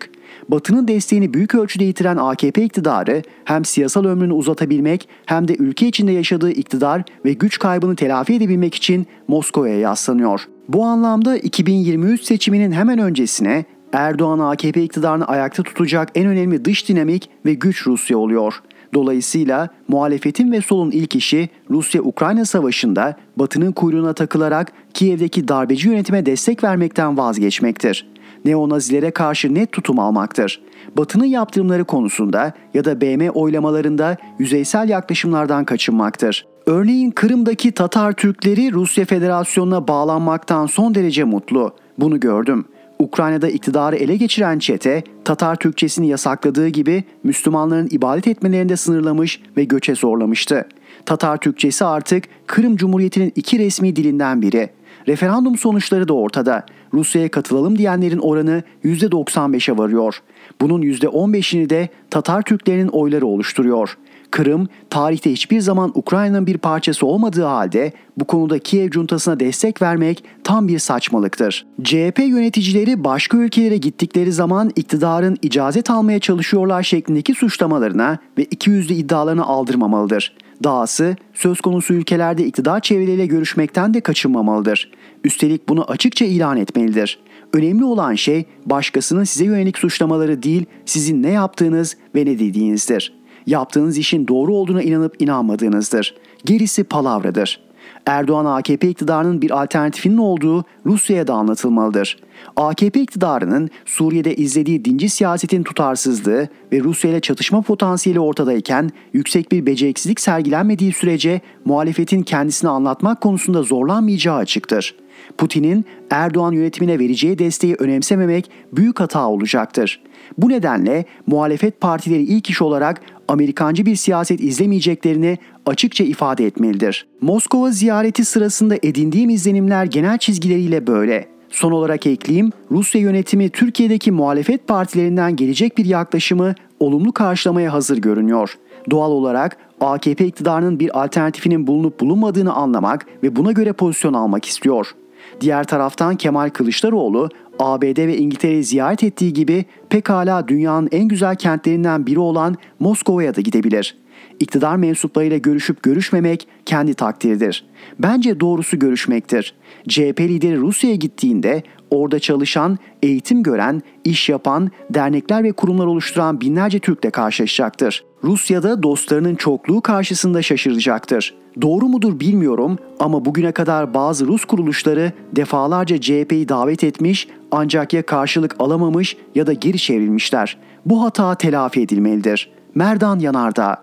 Batı'nın desteğini büyük ölçüde yitiren A K P iktidarı hem siyasal ömrünü uzatabilmek hem de ülke içinde yaşadığı iktidar ve güç kaybını telafi edebilmek için Moskova'ya yaslanıyor. Bu anlamda iki bin yirmi üç seçiminin hemen öncesine Erdoğan A K P iktidarını ayakta tutacak en önemli dış dinamik ve güç Rusya oluyor. Dolayısıyla muhalefetin ve solun ilk işi Rusya-Ukrayna savaşında Batı'nın kuyruğuna takılarak Kiev'deki darbeci yönetime destek vermekten vazgeçmektir. Neonazilere karşı net tutum almaktır. Batı'nın yaptırımları konusunda ya da B M oylamalarında yüzeysel yaklaşımlardan kaçınmaktır. Örneğin Kırım'daki Tatar Türkleri Rusya Federasyonu'na bağlanmaktan son derece mutlu. Bunu gördüm. Ukrayna'da iktidarı ele geçiren çete, Tatar Türkçesini yasakladığı gibi Müslümanların ibadet etmelerini de sınırlamış ve göçe zorlamıştı. Tatar Türkçesi artık Kırım Cumhuriyeti'nin iki resmi dilinden biri. Referandum sonuçları da ortada. Rusya'ya katılalım diyenlerin oranı yüzde doksan beşe varıyor. Bunun yüzde on beşini de Tatar Türklerinin oyları oluşturuyor. Kırım, tarihte hiçbir zaman Ukrayna'nın bir parçası olmadığı halde bu konuda Kiev juntasına destek vermek tam bir saçmalıktır. C H P yöneticileri başka ülkelere gittikleri zaman iktidarın icazet almaya çalışıyorlar şeklindeki suçlamalarına ve ikiyüzlü iddialarına aldırmamalıdır. Dahası söz konusu ülkelerde iktidar çevreleriyle görüşmekten de kaçınmamalıdır. Üstelik bunu açıkça ilan etmelidir. Önemli olan şey başkasının size yönelik suçlamaları değil, sizin ne yaptığınız ve ne dediğinizdir. Yaptığınız işin doğru olduğuna inanıp inanmadığınızdır. Gerisi palavradır. Erdoğan A K P iktidarının bir alternatifinin olduğu Rusya'ya da anlatılmalıdır. A K P iktidarının Suriye'de izlediği dinci siyasetin tutarsızlığı ve Rusya ile çatışma potansiyeli ortadayken yüksek bir beceriksizlik sergilenmediği sürece muhalefetin kendisini anlatmak konusunda zorlanmayacağı açıktır. Putin'in Erdoğan yönetimine vereceği desteği önemsememek büyük hata olacaktır. Bu nedenle muhalefet partileri ilk iş olarak Amerikancı bir siyaset izlemeyeceklerini açıkça ifade etmelidir. Moskova ziyareti sırasında edindiğim izlenimler genel çizgileriyle böyle. Son olarak ekleyeyim, Rusya yönetimi Türkiye'deki muhalefet partilerinden gelecek bir yaklaşımı olumlu karşılamaya hazır görünüyor. Doğal olarak A K P iktidarının bir alternatifinin bulunup bulunmadığını anlamak ve buna göre pozisyon almak istiyor. Diğer taraftan Kemal Kılıçdaroğlu, A B D ve İngiltere'yi ziyaret ettiği gibi pekala dünyanın en güzel kentlerinden biri olan Moskova'ya da gidebilir. İktidar mensuplarıyla görüşüp görüşmemek kendi takdiridir. Bence doğrusu görüşmektir. C H P lideri Rusya'ya gittiğinde orada çalışan, eğitim gören, iş yapan, dernekler ve kurumlar oluşturan binlerce Türk'le karşılaşacaktır. Rusya'da dostlarının çokluğu karşısında şaşıracaktır. Doğru mudur bilmiyorum ama bugüne kadar bazı Rus kuruluşları defalarca C H P'yi davet etmiş ancak ya karşılık alamamış ya da geri çevrilmişler. Bu hata telafi edilmelidir. Merdan Yanardağ.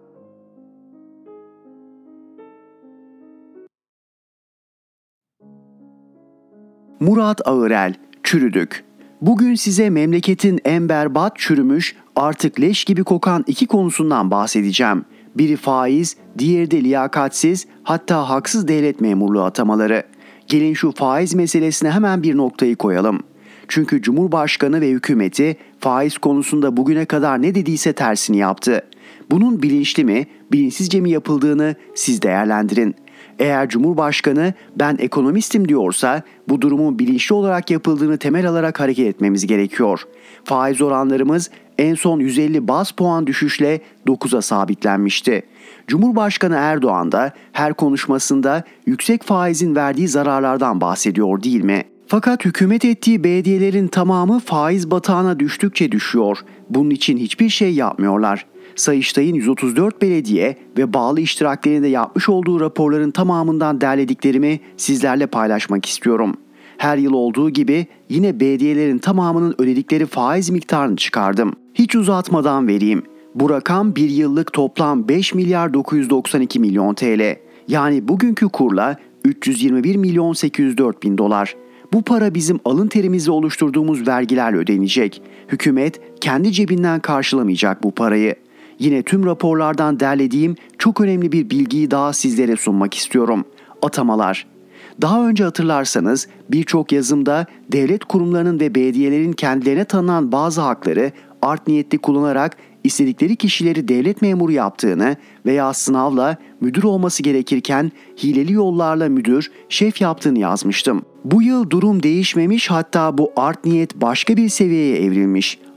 Murat Ağırel, Çürüdük. Bugün size memleketin en berbat, çürümüş, artık leş gibi kokan iki konusundan bahsedeceğim. Biri faiz, diğeri de liyakatsiz, hatta haksız devlet memurluğu atamaları. Gelin şu faiz meselesine hemen bir noktayı koyalım. Çünkü Cumhurbaşkanı ve hükümeti faiz konusunda bugüne kadar ne dediyse tersini yaptı. Bunun bilinçli mi, bilinçsizce mi yapıldığını siz değerlendirin. Eğer Cumhurbaşkanı ben ekonomistim diyorsa bu durumun bilinçli olarak yapıldığını temel alarak hareket etmemiz gerekiyor. Faiz oranlarımız en son yüz elli baz puan düşüşle dokuza sabitlenmişti. Cumhurbaşkanı Erdoğan da her konuşmasında yüksek faizin verdiği zararlardan bahsediyor değil mi? Fakat hükümet ettiği belediyelerin tamamı faiz batağına düştükçe düşüyor. Bunun için hiçbir şey yapmıyorlar. Sayıştay'ın yüz otuz dört belediye ve bağlı iştiraklerinde yapmış olduğu raporların tamamından derlediklerimi sizlerle paylaşmak istiyorum. Her yıl olduğu gibi yine belediyelerin tamamının ödedikleri faiz miktarını çıkardım. Hiç uzatmadan vereyim. Bu rakam bir yıllık toplam beş milyar dokuz yüz doksan iki milyon T L. Yani bugünkü kurla üç yüz yirmi bir milyon sekiz yüz dört bin dolar. Bu para bizim alın terimizle oluşturduğumuz vergilerle ödenecek. Hükümet kendi cebinden karşılamayacak bu parayı. Yine tüm raporlardan derlediğim çok önemli bir bilgiyi daha sizlere sunmak istiyorum. Atamalar. Daha önce hatırlarsanız birçok yazımda devlet kurumlarının ve belediyelerin kendilerine tanınan bazı hakları art niyetli kullanarak istedikleri kişileri devlet memuru yaptığını veya sınavla müdür olması gerekirken hileli yollarla müdür, şef yaptığını yazmıştım. Bu yıl durum değişmemiş, hatta bu art niyet başka bir seviyeye evrilmiş.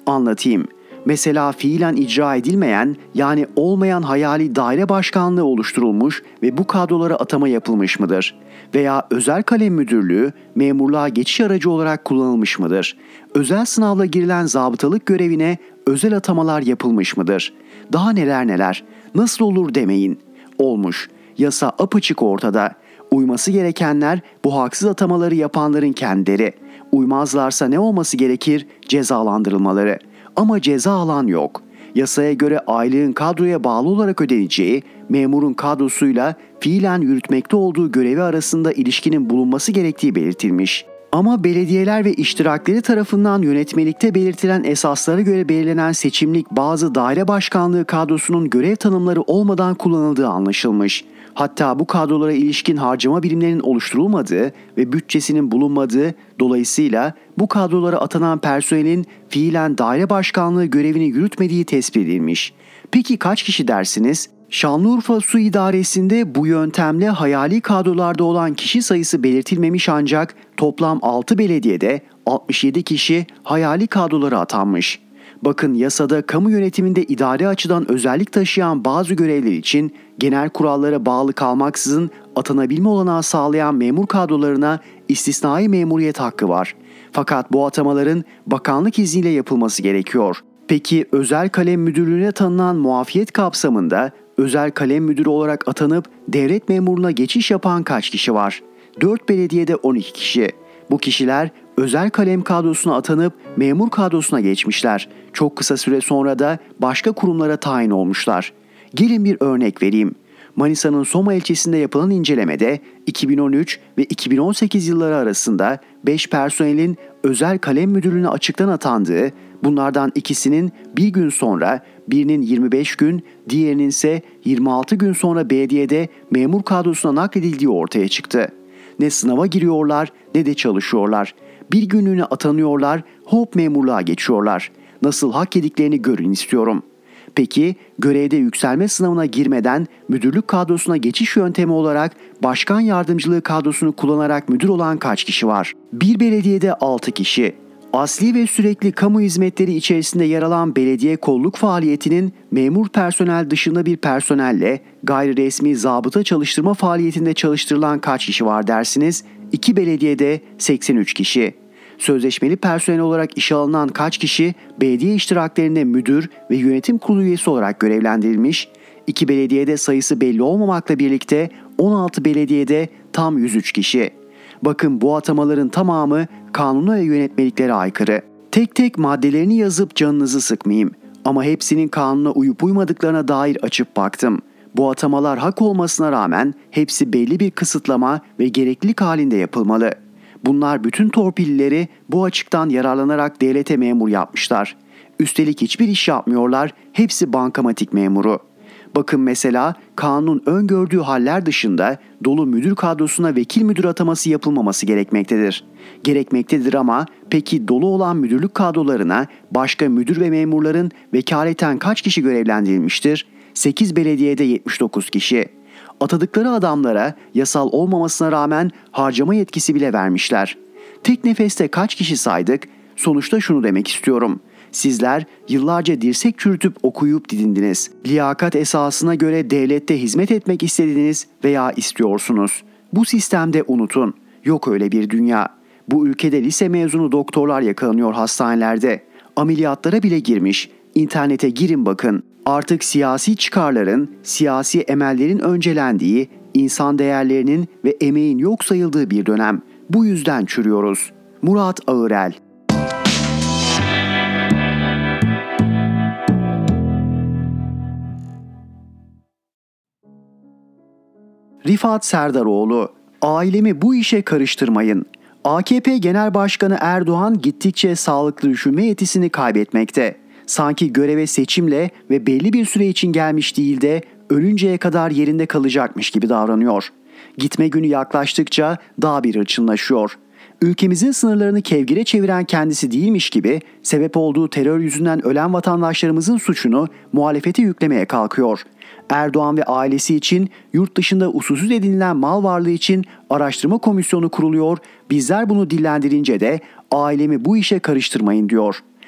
Anlatayım. Mesela fiilen icra edilmeyen, yani olmayan hayali daire başkanlığı oluşturulmuş ve bu kadrolara atama yapılmış mıdır? Veya özel kalem müdürlüğü memurluğa geçiş aracı olarak kullanılmış mıdır? Özel sınavla girilen zabıtalık görevine özel atamalar yapılmış mıdır? Daha neler neler. Nasıl olur demeyin. Olmuş. Yasa apaçık ortada. Uyması gerekenler bu haksız atamaları yapanların kendileri. Uymazlarsa ne olması gerekir? Cezalandırılmaları. Ama ceza alan yok. Yasaya göre aylığın kadroya bağlı olarak ödeneceği, memurun kadrosuyla fiilen yürütmekte olduğu görevi arasında ilişkinin bulunması gerektiği belirtilmiş. Ama belediyeler ve iştirakleri tarafından yönetmelikte belirtilen esaslara göre belirlenen seçimlik bazı daire başkanlığı kadrosunun görev tanımları olmadan kullanıldığı anlaşılmış. Hatta bu kadrolara ilişkin harcama birimlerinin oluşturulmadığı ve bütçesinin bulunmadığı, dolayısıyla bu kadrolara atanan personelin fiilen daire başkanlığı görevini yürütmediği tespit edilmiş. Peki kaç kişi dersiniz? Şanlıurfa Su İdaresi'nde bu yöntemle hayali kadrolarda olan kişi sayısı belirtilmemiş ancak toplam altı belediyede altmış yedi kişi hayali kadrolara atanmış. Bakın yasada kamu yönetiminde idari açıdan özellik taşıyan bazı görevler için genel kurallara bağlı kalmaksızın atanabilme olanağı sağlayan memur kadrolarına istisnai memuriyet hakkı var. Fakat bu atamaların bakanlık izniyle yapılması gerekiyor. Peki özel kalem müdürlüğüne tanınan muafiyet kapsamında özel kalem müdürü olarak atanıp devlet memurluğuna geçiş yapan kaç kişi var? dört belediyede on iki kişi. Bu kişiler özel kalem kadrosuna atanıp memur kadrosuna geçmişler. Çok kısa süre sonra da başka kurumlara tayin olmuşlar. Gelin bir örnek vereyim. Manisa'nın Soma ilçesinde yapılan incelemede iki bin on üç ve iki bin on sekiz yılları arasında beş personelin özel kalem müdürlüğüne açıktan atandığı, bunlardan ikisinin bir gün sonra, birinin yirmi beş gün, diğerinin ise yirmi altı gün sonra belediyede memur kadrosuna nakledildiği ortaya çıktı. Ne sınava giriyorlar ne de çalışıyorlar. Bir günlüğüne atanıyorlar, hop memurluğa geçiyorlar. Nasıl hak yediklerini görün istiyorum. Peki görevde yükselme sınavına girmeden müdürlük kadrosuna geçiş yöntemi olarak başkan yardımcılığı kadrosunu kullanarak müdür olan kaç kişi var? Bir belediyede altı kişi. Asli ve sürekli kamu hizmetleri içerisinde yer alan belediye kolluk faaliyetinin memur personel dışında bir personelle gayri resmi zabıta çalıştırma faaliyetinde çalıştırılan kaç kişi var dersiniz? İki belediyede seksen üç kişi. Sözleşmeli personel olarak işe alınan kaç kişi belediye iştiraklerinde müdür ve yönetim kurulu üyesi olarak görevlendirilmiş? İki belediyede sayısı belli olmamakla birlikte on altı belediyede tam yüz üç kişi. Bakın bu atamaların tamamı kanuna ve yönetmeliklere aykırı. Tek tek maddelerini yazıp canınızı sıkmayayım. Ama hepsinin kanuna uyup uymadıklarına dair açıp baktım. Bu atamalar hak olmasına rağmen hepsi belli bir kısıtlama ve gereklilik halinde yapılmalı. Bunlar bütün torpillileri bu açıktan yararlanarak devlete memur yapmışlar. Üstelik hiçbir iş yapmıyorlar, hepsi bankamatik memuru. Bakın mesela kanunun öngördüğü haller dışında dolu müdür kadrosuna vekil müdür ataması yapılmaması gerekmektedir. Gerekmektedir ama peki dolu olan müdürlük kadrolarına başka müdür ve memurların vekaleten kaç kişi görevlendirilmiştir? sekiz belediyede yetmiş dokuz kişi. Atadıkları adamlara yasal olmamasına rağmen harcama yetkisi bile vermişler. Tek nefeste kaç kişi saydık? Sonuçta şunu demek istiyorum. Sizler yıllarca dirsek çürütüp okuyup didindiniz. Liyakat esasına göre devlette hizmet etmek istediniz veya istiyorsunuz. Bu sistemde unutun. Yok öyle bir dünya. Bu ülkede lise mezunu doktorlar yakalanıyor hastanelerde. Ameliyatlara bile girmiş. İnternete girin bakın. Artık siyasi çıkarların, siyasi emellerin öncelendiği, insan değerlerinin ve emeğin yok sayıldığı bir dönem. Bu yüzden çürüyoruz. Murat Ağırel. Rifat Serdaroğlu, ailemi bu işe karıştırmayın. A K P Genel Başkanı Erdoğan gittikçe sağlıklı düşünme yetisini kaybetmekte. Sanki göreve seçimle ve belli bir süre için gelmiş değil de ölünceye kadar yerinde kalacakmış gibi davranıyor. Gitme günü yaklaştıkça daha bir hırçınlaşıyor. Ülkemizin sınırlarını kevgire çeviren kendisi değilmiş gibi sebep olduğu terör yüzünden ölen vatandaşlarımızın suçunu muhalefete yüklemeye kalkıyor. Erdoğan ve ailesi için yurt dışında usulsüz edinilen mal varlığı için araştırma komisyonu kuruluyor. Bizler bunu dillendirince de ailemi bu işe karıştırmayın diyor.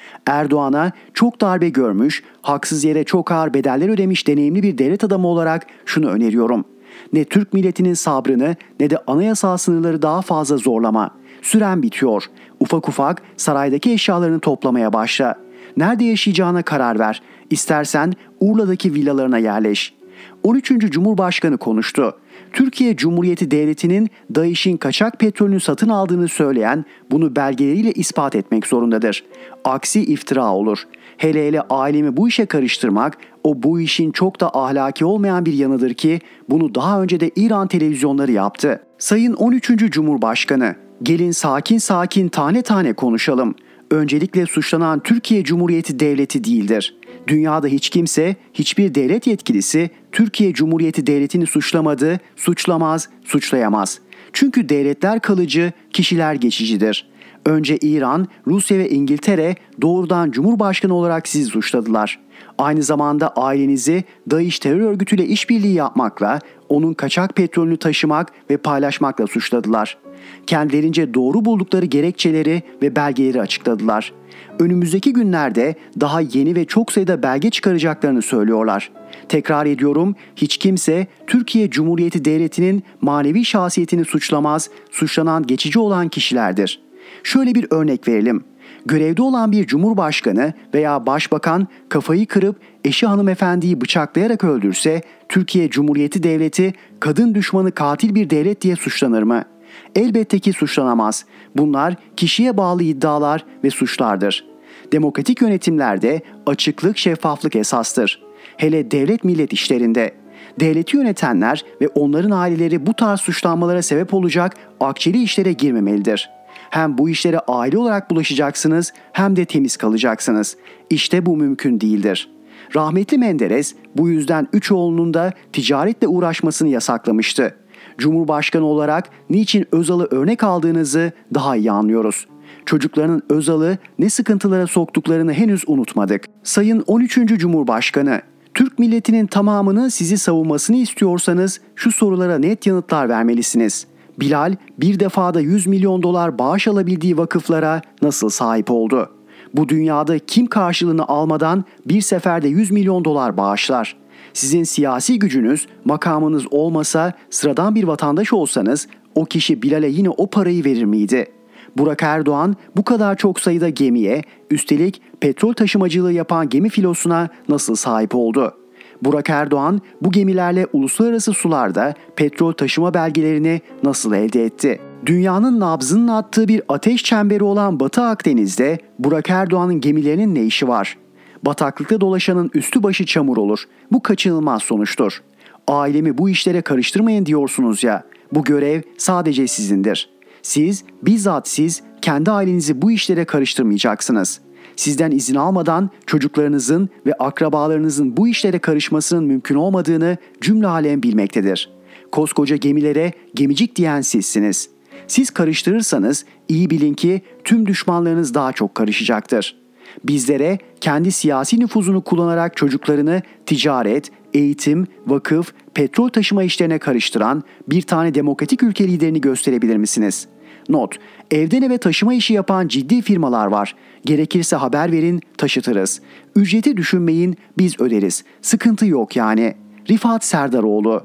Erdoğan'a çok darbe görmüş, haksız yere çok ağır bedeller ödemiş deneyimli bir devlet adamı olarak şunu öneriyorum. Ne Türk milletinin sabrını ne de anayasal sınırları daha fazla zorlama. Süren bitiyor. Ufak ufak saraydaki eşyalarını toplamaya başla. Nerede yaşayacağına karar ver. İstersen Urla'daki villalarına yerleş. on üçüncü Cumhurbaşkanı konuştu. Türkiye Cumhuriyeti Devleti'nin DAEŞ'in kaçak petrolünü satın aldığını söyleyen bunu belgeleriyle ispat etmek zorundadır. Aksi iftira olur. Hele hele ailemi bu işe karıştırmak o bu işin çok da ahlaki olmayan bir yanıdır ki bunu daha önce de İran televizyonları yaptı. Sayın on üçüncü Cumhurbaşkanı, gelin sakin sakin tane tane konuşalım. Öncelikle suçlanan Türkiye Cumhuriyeti Devleti değildir. Dünyada hiç kimse, hiçbir devlet yetkilisi Türkiye Cumhuriyeti Devleti'ni suçlamadı, suçlamaz, suçlayamaz. Çünkü devletler kalıcı, kişiler geçicidir. Önce İran, Rusya ve İngiltere doğrudan Cumhurbaşkanı olarak sizi suçladılar. Aynı zamanda ailenizi DAEŞ terör örgütüyle işbirliği yapmakla, onun kaçak petrolünü taşımak ve paylaşmakla suçladılar. Kendilerince doğru buldukları gerekçeleri ve belgeleri açıkladılar. Önümüzdeki günlerde daha yeni ve çok sayıda belge çıkaracaklarını söylüyorlar. Tekrar ediyorum, hiç kimse Türkiye Cumhuriyeti Devleti'nin manevi şahsiyetini suçlamaz, suçlanan geçici olan kişilerdir. Şöyle bir örnek verelim. Görevde olan bir cumhurbaşkanı veya başbakan kafayı kırıp eşi hanımefendiyi bıçaklayarak öldürse, Türkiye Cumhuriyeti Devleti kadın düşmanı katil bir devlet diye suçlanır mı? Elbette ki suçlanamaz. Bunlar kişiye bağlı iddialar ve suçlardır. Demokratik yönetimlerde açıklık, şeffaflık esastır. Hele devlet millet işlerinde. Devleti yönetenler ve onların aileleri bu tarz suçlanmalara sebep olacak akçeli işlere girmemelidir. Hem bu işlere aile olarak bulaşacaksınız hem de temiz kalacaksınız. İşte bu mümkün değildir. Rahmetli Menderes bu yüzden üç oğlunun da ticaretle uğraşmasını yasaklamıştı. Cumhurbaşkanı olarak niçin Özal'ı örnek aldığınızı daha iyi anlıyoruz. Çocuklarının Özal'ı ne sıkıntılara soktuklarını henüz unutmadık. Sayın on üçüncü Cumhurbaşkanı, Türk milletinin tamamını sizi savunmasını istiyorsanız şu sorulara net yanıtlar vermelisiniz. Bilal bir defada yüz milyon dolar bağış alabildiği vakıflara nasıl sahip oldu? Bu dünyada kim karşılığını almadan bir seferde yüz milyon dolar bağışlar? Sizin siyasi gücünüz, makamınız olmasa, sıradan bir vatandaş olsanız o kişi Bilal'e yine o parayı verir miydi? Burak Erdoğan bu kadar çok sayıda gemiye, üstelik petrol taşımacılığı yapan gemi filosuna nasıl sahip oldu? Burak Erdoğan bu gemilerle uluslararası sularda petrol taşıma belgelerini nasıl elde etti? Dünyanın nabzının attığı bir ateş çemberi olan Batı Akdeniz'de Burak Erdoğan'ın gemilerinin ne işi var? Bataklıkta dolaşanın üstü başı çamur olur. Bu kaçınılmaz sonuçtur. Ailemi bu işlere karıştırmayın diyorsunuz ya. Bu görev sadece sizindir. Siz, bizzat siz kendi ailenizi bu işlere karıştırmayacaksınız. Sizden izin almadan çocuklarınızın ve akrabalarınızın bu işlere karışmasının mümkün olmadığını cümle alem bilmektedir. Koskoca gemilere gemicik diyen sizsiniz. Siz karıştırırsanız iyi bilin ki tüm düşmanlarınız daha çok karışacaktır. Bizlere kendi siyasi nüfuzunu kullanarak çocuklarını ticaret, eğitim, vakıf, petrol taşıma işlerine karıştıran bir tane demokratik ülke liderini gösterebilir misiniz? Not: evden eve taşıma işi yapan ciddi firmalar var. Gerekirse haber verin, taşıtırız. Ücreti düşünmeyin, biz öderiz. Sıkıntı yok yani. Rifat Serdaroğlu.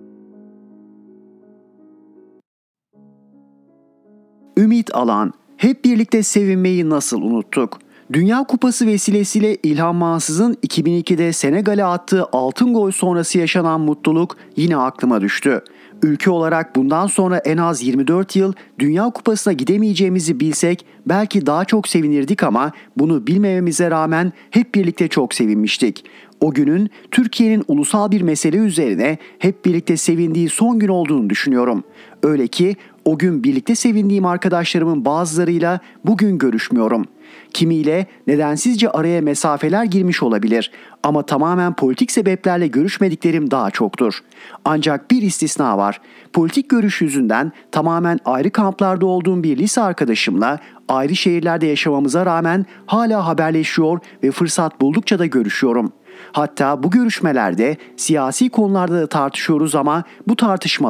Ümit Alan. Hep birlikte sevinmeyi nasıl unuttuk? Dünya Kupası vesilesiyle İlhan Mansız'ın iki bin ikide Senegal'e attığı altın gol sonrası yaşanan mutluluk yine aklıma düştü. Ülke olarak bundan sonra en az yirmi dört yıl Dünya Kupası'na gidemeyeceğimizi bilsek belki daha çok sevinirdik ama bunu bilmememize rağmen hep birlikte çok sevinmiştik. O günün Türkiye'nin ulusal bir mesele üzerine hep birlikte sevindiği son gün olduğunu düşünüyorum. Öyle ki o gün birlikte sevindiğim arkadaşlarımın bazılarıyla bugün görüşmüyorum. Kimiyle nedensizce araya mesafeler girmiş olabilir ama tamamen politik sebeplerle görüşmediklerim daha çoktur. Ancak bir istisna var. Politik görüş yüzünden tamamen ayrı kamplarda olduğum bir lise arkadaşımla ayrı şehirlerde yaşamamıza rağmen hala haberleşiyor ve fırsat buldukça da görüşüyorum. Hatta bu görüşmelerde siyasi konularda da tartışıyoruz ama bu tartışmalar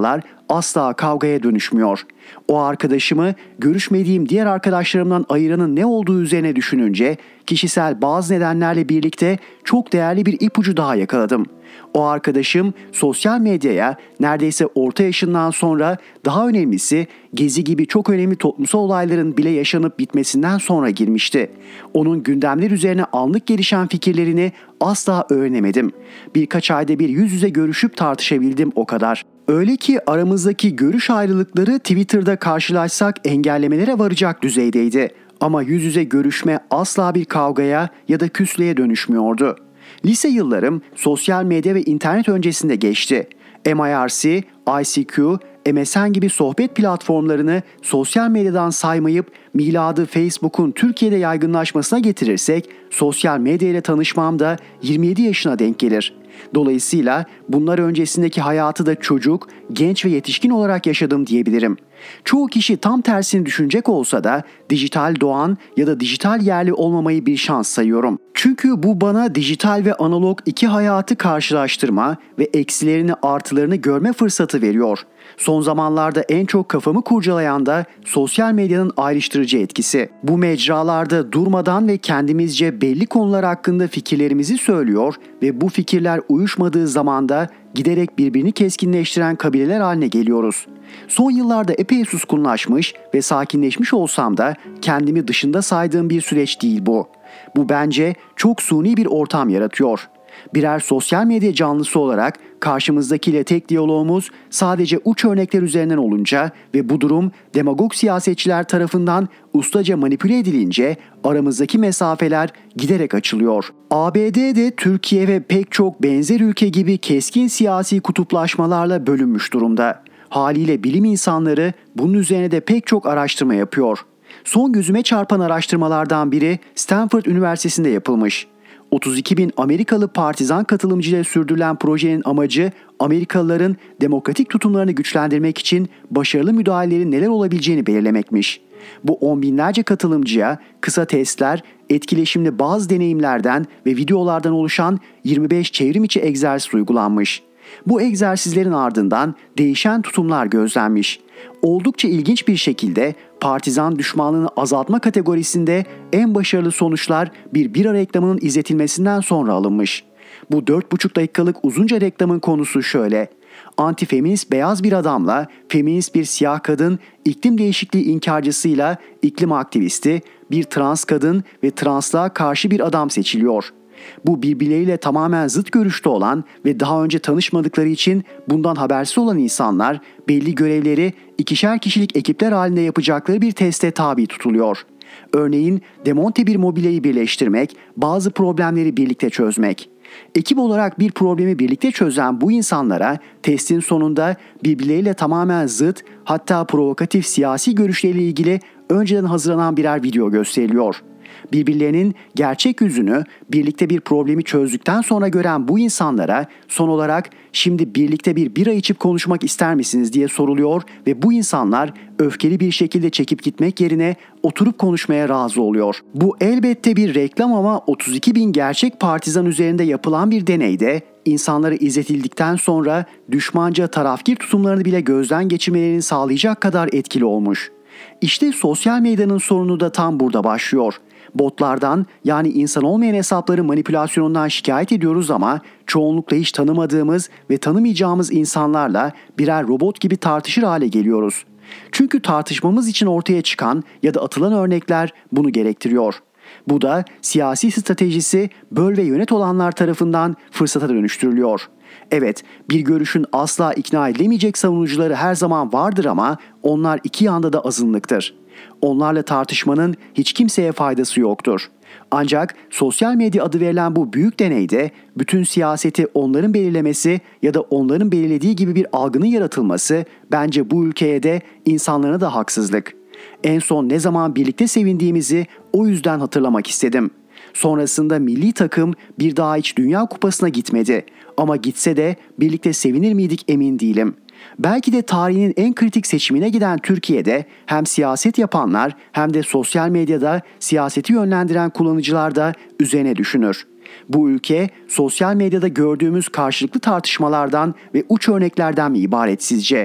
asla kavgaya dönüşmüyor. O arkadaşımı görüşmediğim diğer arkadaşlarımdan ayıranın ne olduğu üzerine düşününce kişisel bazı nedenlerle birlikte çok değerli bir ipucu daha yakaladım. O arkadaşım sosyal medyaya neredeyse orta yaşından sonra, daha önemlisi Gezi gibi çok önemli toplumsal olayların bile yaşanıp bitmesinden sonra girmişti. Onun gündemler üzerine anlık gelişen fikirlerini asla öğrenemedim. Birkaç ayda bir yüz yüze görüşüp tartışabildim, o kadar. Öyle ki aramızdaki görüş ayrılıkları Twitter'da karşılaşsak engellemelere varacak düzeydeydi. Ama yüz yüze görüşme asla bir kavgaya ya da küslüğe dönüşmüyordu. Lise yıllarım sosyal medya ve internet öncesinde geçti. M I R C, I C Q, M S N gibi sohbet platformlarını sosyal medyadan saymayıp miladı Facebook'un Türkiye'de yaygınlaşmasına getirirsek sosyal medya ile tanışmam da yirmi yedi yaşına denk gelir. Dolayısıyla bunlar öncesindeki hayatı da çocuk, genç ve yetişkin olarak yaşadım diyebilirim. Çoğu kişi tam tersini düşünecek olsa da dijital doğan ya da dijital yerli olmamayı bir şans sayıyorum. Çünkü bu bana dijital ve analog iki hayatı karşılaştırma ve eksilerini artılarını görme fırsatı veriyor. Son zamanlarda en çok kafamı kurcalayan da sosyal medyanın ayrıştırıcı etkisi. Bu mecralarda durmadan ve kendimizce belli konular hakkında fikirlerimizi söylüyor ve bu fikirler uyuşmadığı zaman da giderek birbirini keskinleştiren kabileler haline geliyoruz. Son yıllarda epey suskunlaşmış ve sakinleşmiş olsam da kendimi dışında saydığım bir süreç değil bu. Bu bence çok suni bir ortam yaratıyor. Birer sosyal medya canlısı olarak karşımızdakiyle tek diyalogumuz sadece uç örnekler üzerinden olunca ve bu durum demagog siyasetçiler tarafından ustaca manipüle edilince aramızdaki mesafeler giderek açılıyor. A B D'de Türkiye ve pek çok benzer ülke gibi keskin siyasi kutuplaşmalarla bölünmüş durumda. Haliyle bilim insanları bunun üzerine de pek çok araştırma yapıyor. Son gözüme çarpan araştırmalardan biri Stanford Üniversitesi'nde yapılmış. otuz iki bin Amerikalı partizan katılımcıyla sürdürülen projenin amacı Amerikalıların demokratik tutumlarını güçlendirmek için başarılı müdahalelerin neler olabileceğini belirlemekmiş. Bu on binlerce katılımcıya kısa testler, etkileşimli bazı deneyimlerden ve videolardan oluşan yirmi beş çevrim içi egzersiz uygulanmış. Bu egzersizlerin ardından değişen tutumlar gözlenmiş. Oldukça ilginç bir şekilde partizan düşmanlığını azaltma kategorisinde en başarılı sonuçlar bir bira reklamının izletilmesinden sonra alınmış. Bu dört buçuk dakikalık uzunca reklamın konusu şöyle: Antifeminist beyaz bir adamla feminist bir siyah kadın, iklim değişikliği inkarcısıyla iklim aktivisti, bir trans kadın ve translığa karşı bir adam seçiliyor. Bu birbirleriyle tamamen zıt görüşte olan ve daha önce tanışmadıkları için bundan habersiz olan insanlar belli görevleri ikişer kişilik ekipler halinde yapacakları bir teste tabi tutuluyor. Örneğin demonte bir mobilyayı birleştirmek, bazı problemleri birlikte çözmek. Ekip olarak bir problemi birlikte çözen bu insanlara testin sonunda birbirleriyle tamamen zıt, hatta provokatif siyasi görüşleriyle ilgili önceden hazırlanan birer video gösteriliyor. Birbirlerinin gerçek yüzünü birlikte bir problemi çözdükten sonra gören bu insanlara son olarak "Şimdi birlikte bir bira içip konuşmak ister misiniz?" diye soruluyor ve bu insanlar öfkeli bir şekilde çekip gitmek yerine oturup konuşmaya razı oluyor. Bu elbette bir reklam ama otuz iki bin gerçek partizan üzerinde yapılan bir deneyde insanları izletildikten sonra düşmanca tarafgir tutumlarını bile gözden geçirmelerini sağlayacak kadar etkili olmuş. İşte sosyal medyanın sorunu da tam burada başlıyor. Botlardan, yani insan olmayan hesapların manipülasyonundan şikayet ediyoruz ama çoğunlukla hiç tanımadığımız ve tanımayacağımız insanlarla birer robot gibi tartışır hale geliyoruz. Çünkü tartışmamız için ortaya çıkan ya da atılan örnekler bunu gerektiriyor. Bu da siyasi stratejisi böl ve yönet olanlar tarafından fırsata dönüştürülüyor. Evet, bir görüşün asla ikna edilemeyecek savunucuları her zaman vardır ama onlar iki yanda da azınlıktır. Onlarla tartışmanın hiç kimseye faydası yoktur. Ancak sosyal medya adı verilen bu büyük deneyde bütün siyaseti onların belirlemesi ya da onların belirlediği gibi bir algının yaratılması bence bu ülkeye de insanlara da haksızlık. En son ne zaman birlikte sevindiğimizi o yüzden hatırlamak istedim. Sonrasında milli takım bir daha hiç Dünya Kupası'na gitmedi. Ama gitse de birlikte sevinir miydik emin değilim. Belki de tarihinin en kritik seçimine giden Türkiye'de hem siyaset yapanlar hem de sosyal medyada siyaseti yönlendiren kullanıcılar da üzerine düşünür. Bu ülke sosyal medyada gördüğümüz karşılıklı tartışmalardan ve uç örneklerden mi ibaret sizce?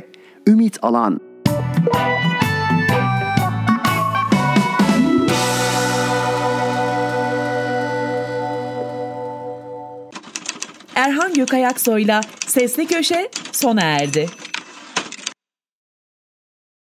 Ümit Alan. Erhan Gökayaksoy'la Sesli Köşe sona erdi.